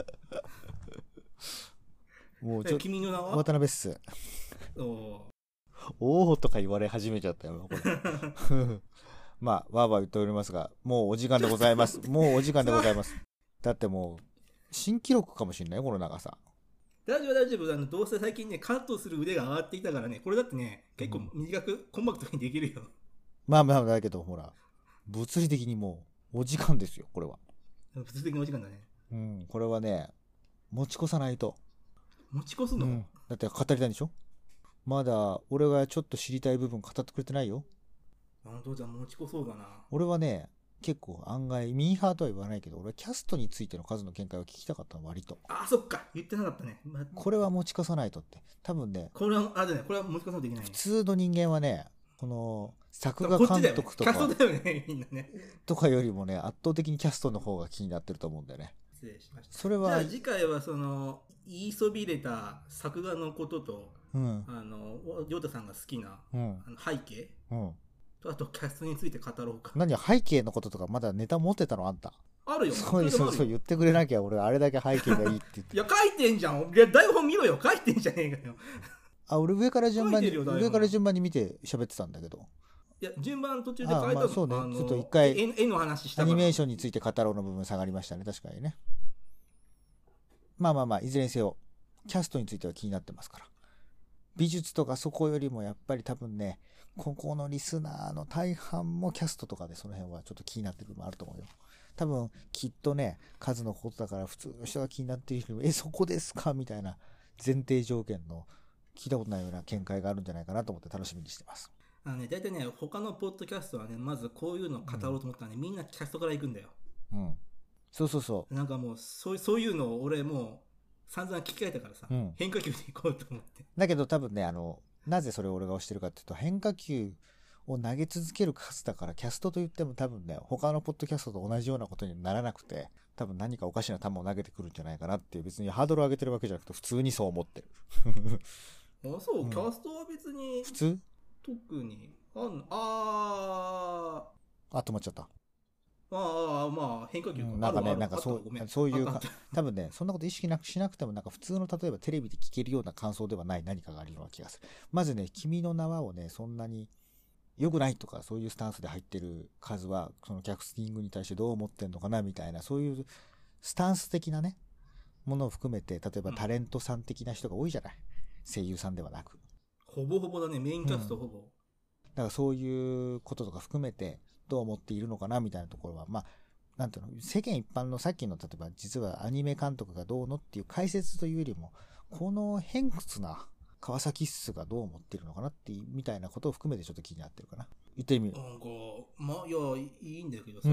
Speaker 2: もうちょ
Speaker 1: 君の名は
Speaker 2: 渡辺っす。
Speaker 1: お
Speaker 2: おーとか言われ始めちゃったよこれ。まあわーわー言っておりますが、もうお時間でございます。もうお時間でございます。だってもう新記録かもしれないよこの長さ。
Speaker 1: 大丈夫大丈夫、あのどうせ最近ねカットする腕が上がってきたからね、これだってね結構短く、うん、コンパクトにできるよ。
Speaker 2: まあまあだけどほら物理的にもうお時間ですよこれは。
Speaker 1: 物理的なお時間だね。
Speaker 2: うん、これはね持ち越さないと。
Speaker 1: 持ち越すの、うん、
Speaker 2: だって語りたいんでしょ。まだ俺がちょっと知りたい部分語ってくれてないよ。
Speaker 1: 本当じゃ持ち越そうかな。
Speaker 2: 俺はね結構案外ミーハーとは言わないけど、俺はキャストについての数の見解を聞きたかったの割と。
Speaker 1: あ、そっか言ってなかったね、ま、
Speaker 2: これは持ち越さないとって。多分ね
Speaker 1: これはあれだね、これは持ち越さないといけない、ね、
Speaker 2: 普通の人間はねこの作画監督とか、
Speaker 1: キャストだよねみんなね
Speaker 2: とかよりもね圧倒的にキャストの方が気になってると思うんだよね。
Speaker 1: 失礼しました。
Speaker 2: それは
Speaker 1: じゃあ次回はその言いそびれた作画のことと、うん、あの亮太さんが好きな、うん、あの背景、うん、とあとキャストについて語ろうか。
Speaker 2: 何背景のこととかまだネタ持ってたのあんた？
Speaker 1: あるよ。
Speaker 2: そうそうそう言ってくれなきゃ俺あれだけ背景がいいって言って。
Speaker 1: いや書いてんじゃん。いや台本見ろよ、書いてんじゃねえかよ。
Speaker 2: あ、俺上から順番に上から順番に見て喋ってたんだけど。
Speaker 1: いや順番途中で書いたの。
Speaker 2: あ、まあ、そうね。ちょっと一回
Speaker 1: 絵の話した
Speaker 2: アニメーションについて語ろうの部分下がりましたね、確かにね。まあまあまあいずれにせよキャストについては気になってますから。美術とかそこよりもやっぱり多分ね、ここのリスナーの大半もキャストとかでその辺はちょっと気になってる部分あると思うよ。多分きっとね数のことだから普通の人が気になっている人もえそこですかみたいな前提条件の聞いたことないような見解があるんじゃないかなと思って楽しみにしてます。
Speaker 1: あのね、大体ね他のポッドキャストはねまずこういうのを語ろうと思ったらね、うん、みんなキャストから行くんだよ。
Speaker 2: うん。そうそうそう。
Speaker 1: なんかもうそうそういうのを俺もう散々聞き換えたからさ、うん、変化球で行こうと思って。
Speaker 2: だけど多分ねあのなぜそれを俺が推してるかっていうと変化球を投げ続ける数だからキャストといっても多分ね他のポッドキャストと同じようなことにならなくて多分何かおかしな球を投げてくるんじゃないかなっていう別にハードルを上げてるわけじゃなくて普通にそう思ってる。
Speaker 1: あそう、うん、キャストは別に
Speaker 2: 普通
Speaker 1: 特にあんあ
Speaker 2: あ止まっちゃった。
Speaker 1: ああまあ変化球、
Speaker 2: うん、なんかねなんかそうそういうか多分ねそんなこと意識なくしなくてもなんか普通の例えばテレビで聞けるような感想ではない何かがあるような気がする。まずね君の名はをねそんなに良くないとかそういうスタンスで入ってる数はそのキャスティングに対してどう思ってんのかなみたいなそういうスタンス的なねものを含めて例えばタレントさん的な人が多いじゃない、声優さんではなく
Speaker 1: ほぼほぼだねメインキャストほぼ、うん、
Speaker 2: だからそういうこととか含めてどう思っているのかなみたいなところはまあなんていうの世間一般のさっきの例えば実はアニメ監督がどうのっていう解説というよりもこの偏屈な川崎っすがどう思ってるのかなっていうみたいなことを含めてちょっと気になってるかな。言ってみる。
Speaker 1: なんかまあいやいいんだけどさ、
Speaker 2: うん、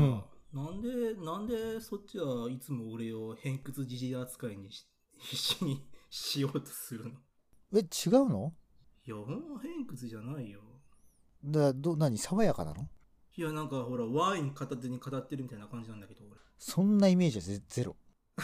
Speaker 1: なんで、なんでそっちはいつも俺を偏屈じじい扱いにし必死にしようとするの？
Speaker 2: え、違うの？
Speaker 1: いや、ほんま偏屈じゃないよ。
Speaker 2: だど何爽やかなの？
Speaker 1: いや、なんかほら、ワイン片手に語ってるみたいな感じなんだけど、俺。
Speaker 2: そんなイメージはゼゼロ。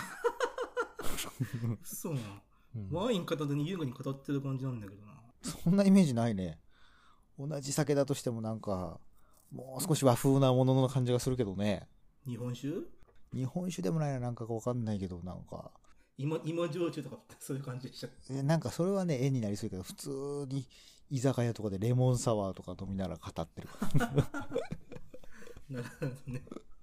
Speaker 1: そうなの、
Speaker 2: うん、
Speaker 1: ワイン片手に優雅に語ってる感じなんだけどな。
Speaker 2: そんなイメージないね。同じ酒だとしてもなんか、もう少し和風なものの感じがするけどね。
Speaker 1: 日本酒？
Speaker 2: 日本酒でもないな、なんかわかんないけど、なんか。
Speaker 1: 今、今焼酎とかそういう感じでした。
Speaker 2: えなんかそれはね、絵になりそうだけど、普通に居酒屋とかでレモンサワーとか飲みながら語ってる。
Speaker 1: なるほどね。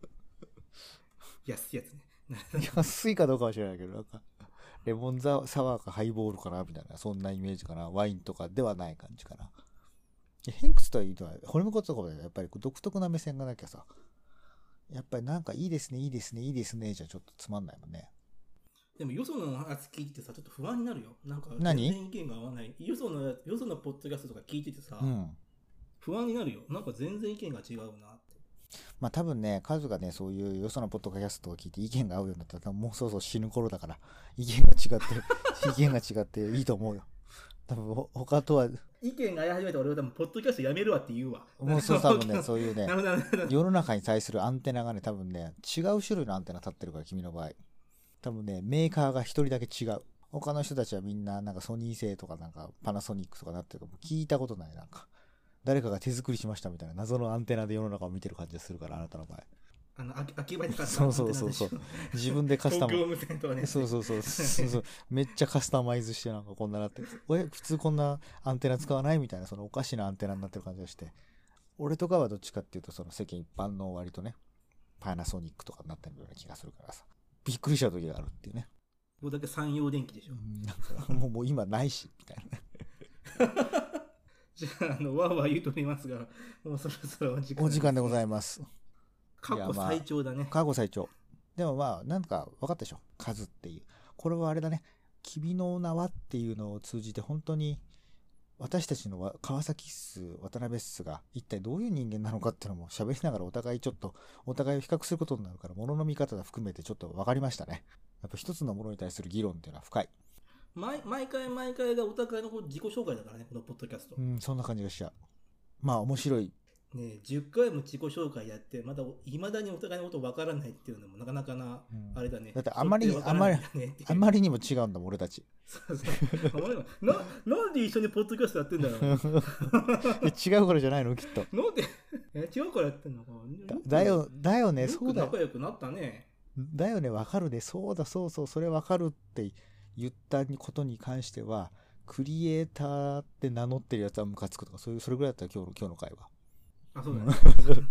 Speaker 1: 安いやつね。
Speaker 2: 安いかどうかは知らないけど、なんか、レモンサワーかハイボールかなみたいな、そんなイメージかな。ワインとかではない感じかな。偏屈とは言うと、ホルムコットとかでやっぱり独特な目線がなきゃさ、やっぱりなんかいいですね、いいですね、いいですね、じゃちょっとつまんないもんね。
Speaker 1: でもよそのやつ聞いててさ、ちょっと不安になるよ。なんか全
Speaker 2: 何？
Speaker 1: 然意見が合わない。よその、よそのポッドキャストとか聞いててさ、
Speaker 2: うん。
Speaker 1: 不安になるよ。なんか全然意見が違うなって。
Speaker 2: まあ多分ね、カズがね、そういうよそのポッドキャストを聞いて意見が合うようになったら、もうそろそろ死ぬ頃だから、意見が違って、意見が違っていいと思うよ。多分他とは。
Speaker 1: 意見が合い始めたら俺は多分、ポッドキャストやめるわって言うわ。
Speaker 2: もうそう、多分ね、そういうね、
Speaker 1: なるほどなるほど。
Speaker 2: 世の中に対するアンテナがね、多分ね、違う種類のアンテナ立ってるから、君の場合。多分ね、メーカーが一人だけ違う。他の人たちはみんな、なんかソニー製とかなんかパナソニックとかなってるかも聞いたことない、なんか。誰かが手作りしましたみたいな謎のアンテナで世の中を見てる感じがするから、あなたの場合。
Speaker 1: あの、秋葉に買った
Speaker 2: そうそうそうそう。自分でカスタマイズ。
Speaker 1: 東京無線とかね。
Speaker 2: そうそうそうそうそう。めっちゃカスタマイズしてなんかこんななって。俺普通こんなアンテナ使わないみたいな、そのおかしなアンテナになってる感じがして。俺とかはどっちかっていうと、その世間一般の割とね、パナソニックとかになってるような気がするからさ。びっくりした時があるっていうね。
Speaker 1: これだけ三洋電機でしょ。
Speaker 2: なんかもう、もう今ないし、みたいなね。
Speaker 1: じゃあ、あの、わーわー言うとりますが、もうそろそろお時間、
Speaker 2: お時間でございます。
Speaker 1: 過去最長だね。
Speaker 2: 過去最長。でもまあ、なんか分かったでしょ。数っていう。これはあれだね。君の名はっていうのを通じて本当に私たちの川崎っす、渡辺っすが一体どういう人間なのかっていうのも喋りながらお互いちょっとお互いを比較することになるから、物の見方が含めてちょっと分かりましたね。やっぱ一つのものに対する議論っていうのは深い。
Speaker 1: 毎, 毎回毎回がお互いの自己紹介だからね、このポッドキャスト。
Speaker 2: うん、そんな感じがしちゃう。まあ面白い。
Speaker 1: ねえ、じゅっかいも自己紹介やって、まだいまだにお互いのこと分からないっていうのもなかなかな、うん、あれだね。
Speaker 2: だってあまりに、ね、あまり、あまりにも違うんだもん、俺たち。
Speaker 1: そうそうな。なんで一緒にポッドキャストやってんだよ。
Speaker 2: 違うからじゃないのきっと。
Speaker 1: なんでえ違うからやってんのか。
Speaker 2: だ, だよ、だよね、そうだよ。
Speaker 1: 仲良くなったね。
Speaker 2: だよね、わかるね。そうだ、そうそう、それわかるって言ったことに関しては、クリエイターって名乗ってるやつはムカつくとか、そういう、それぐらいだったら今日の、今日の会話。
Speaker 1: あ、そうだね。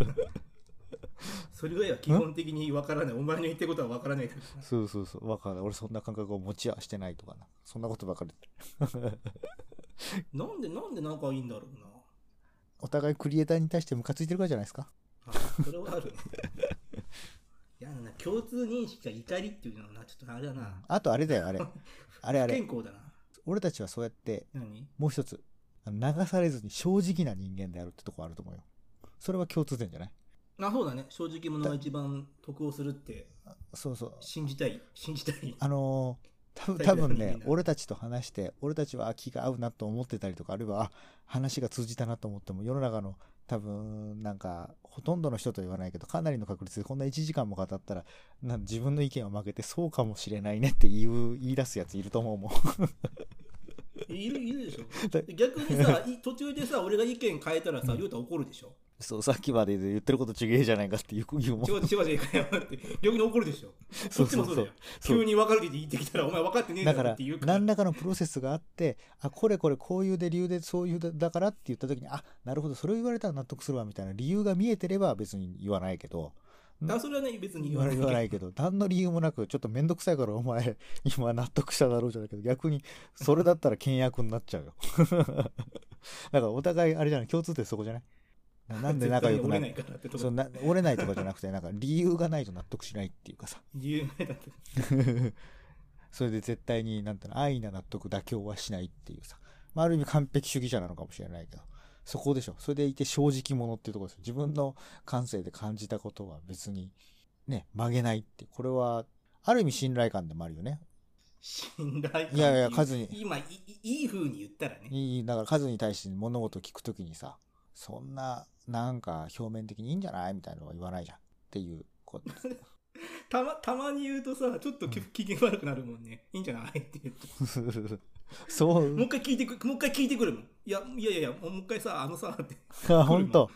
Speaker 1: それぐらいは基本的にわからない。お前の言ってることはわからない。
Speaker 2: そうそうそう、わからない。俺そんな感覚を持ちはしてないとかな。そんなことばかり。
Speaker 1: なんで、なんで仲いいんだろうな。
Speaker 2: お互いクリエイターに対してムカついてるからじゃないですか。
Speaker 1: あ、それはあるね。いやな、共通認識が怒りっていうのはな、ちょっとあれだな。
Speaker 2: あとあれだよ、あれ。あれあれ。
Speaker 1: 健康だな。
Speaker 2: 俺たちはそうやって、
Speaker 1: 何？
Speaker 2: もう一つ、流されずに正直な人間であるってとこあると思うよ。それは共通点じゃない？あ、
Speaker 1: そうだね。正直者が一番得をするって。
Speaker 2: そうそう。
Speaker 1: 信じたい。信じたい。
Speaker 2: あのー、多分ね、俺たちと話して、俺たちは気が合うなと思ってたりとか、あるいは、あ、話が通じたなと思っても、世の中の多分、なんか、ほとんどの人と言わないけど、かなりの確率でこんないちじかんも語ったら、なん自分の意見を負けて、そうかもしれないねって言う、言い出すやついると思うもん。
Speaker 1: いる、いるでしょ。逆にさ、途中でさ、俺が意見変えたらさ、りょうた怒るでしょ。
Speaker 2: そう、さっきまで言ってること違えじゃないかっていう言うもん。
Speaker 1: 違う違う違う違うって逆に怒るでしょ。そっちもそうだよ。急に分かるって言ってきたらお前分かってねえんだからって言うから。
Speaker 2: 何らかのプロセスがあって、あ、これこれこういうで理由でそういうだからって言った時に、あ、なるほど、それを言われたら納得するわみたいな理由が見えてれば別に言わないけど。
Speaker 1: あ、それはね、別に
Speaker 2: 言わない言わないけど、何の理由もなく、ちょっとめんどくさいからお前、今納得しただろうじゃないけど、逆に、それだったら倹約になっちゃうよ。だからお互い、あれじゃない、共通点そこじゃない？なんで仲良くなる？そうな折れないとかじゃなくて、なんか理由がないと納得しないっていうかさ。
Speaker 1: 理由ないだって。
Speaker 2: それで絶対に、なんていうの、安易な納得、妥協はしないっていうさ。まあ、ある意味完璧主義者なのかもしれないけど。そこでしょ。それでいて正直者っていうところですよ。自分の感性で感じたことは別にね、曲げないって、これは、ある意味信頼感でもあるよね。
Speaker 1: 信頼感。
Speaker 2: いやいや、数に。
Speaker 1: 今、いい、いい風に言ったらね。
Speaker 2: いい、だから数に対して物事を聞くときにさ、そんな、なんか表面的にいいんじゃないみたいなのは言わないじゃん。っていうこと。
Speaker 1: たま、たまに言うとさ、ちょっと機嫌悪くなるもんね。いいんじゃないって言うと。そう。もう一回聞いてく、もう一回聞いてくるもん。いや、いやいやいや、もう一回さ、あのさ、って。
Speaker 2: あ、ほんと。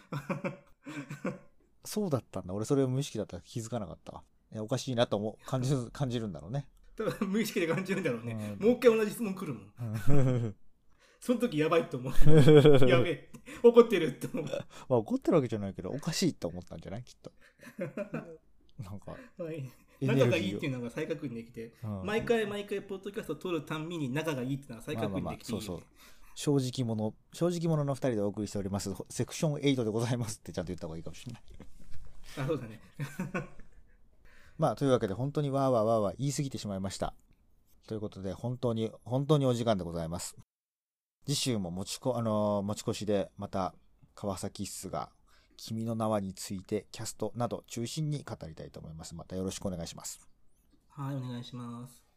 Speaker 2: そうだったんだ。俺それを無意識だったら気づかなかったわ。いや、おかしいなと思う、感じる、感じるんだろうね。
Speaker 1: 多分無意識で感じるんだろうね。うん、もう一回同じ質問来るもん。その時やばいと思う。やべえ。怒ってるって思う。まあ、
Speaker 2: 怒ってるわけじゃないけど、おかしいと思ったんじゃないきっと。なんか、
Speaker 1: はい、仲がいいっていうのが再確認できて、うん、毎回毎回ポッドキャストを撮るたんびに仲がいいっていうのが再確認できていいよね。まあまあまあ、そうそう。正直者、正直者のふたりでお送りしております。セクションはちでございますってちゃんと言った方がいいかもしれない。 あ、そうだね。
Speaker 2: まあ、というわけで本当にわーわーわーわー言い過ぎてしまいました。ということで、本当に、本当にお時間でございます。次週も持ちこ、あのー、持ち越しで、また、川崎室が、君の名はについて、キャストなど中心に語りたいと思います。またよろしくお願いします。
Speaker 1: はい、お願いします。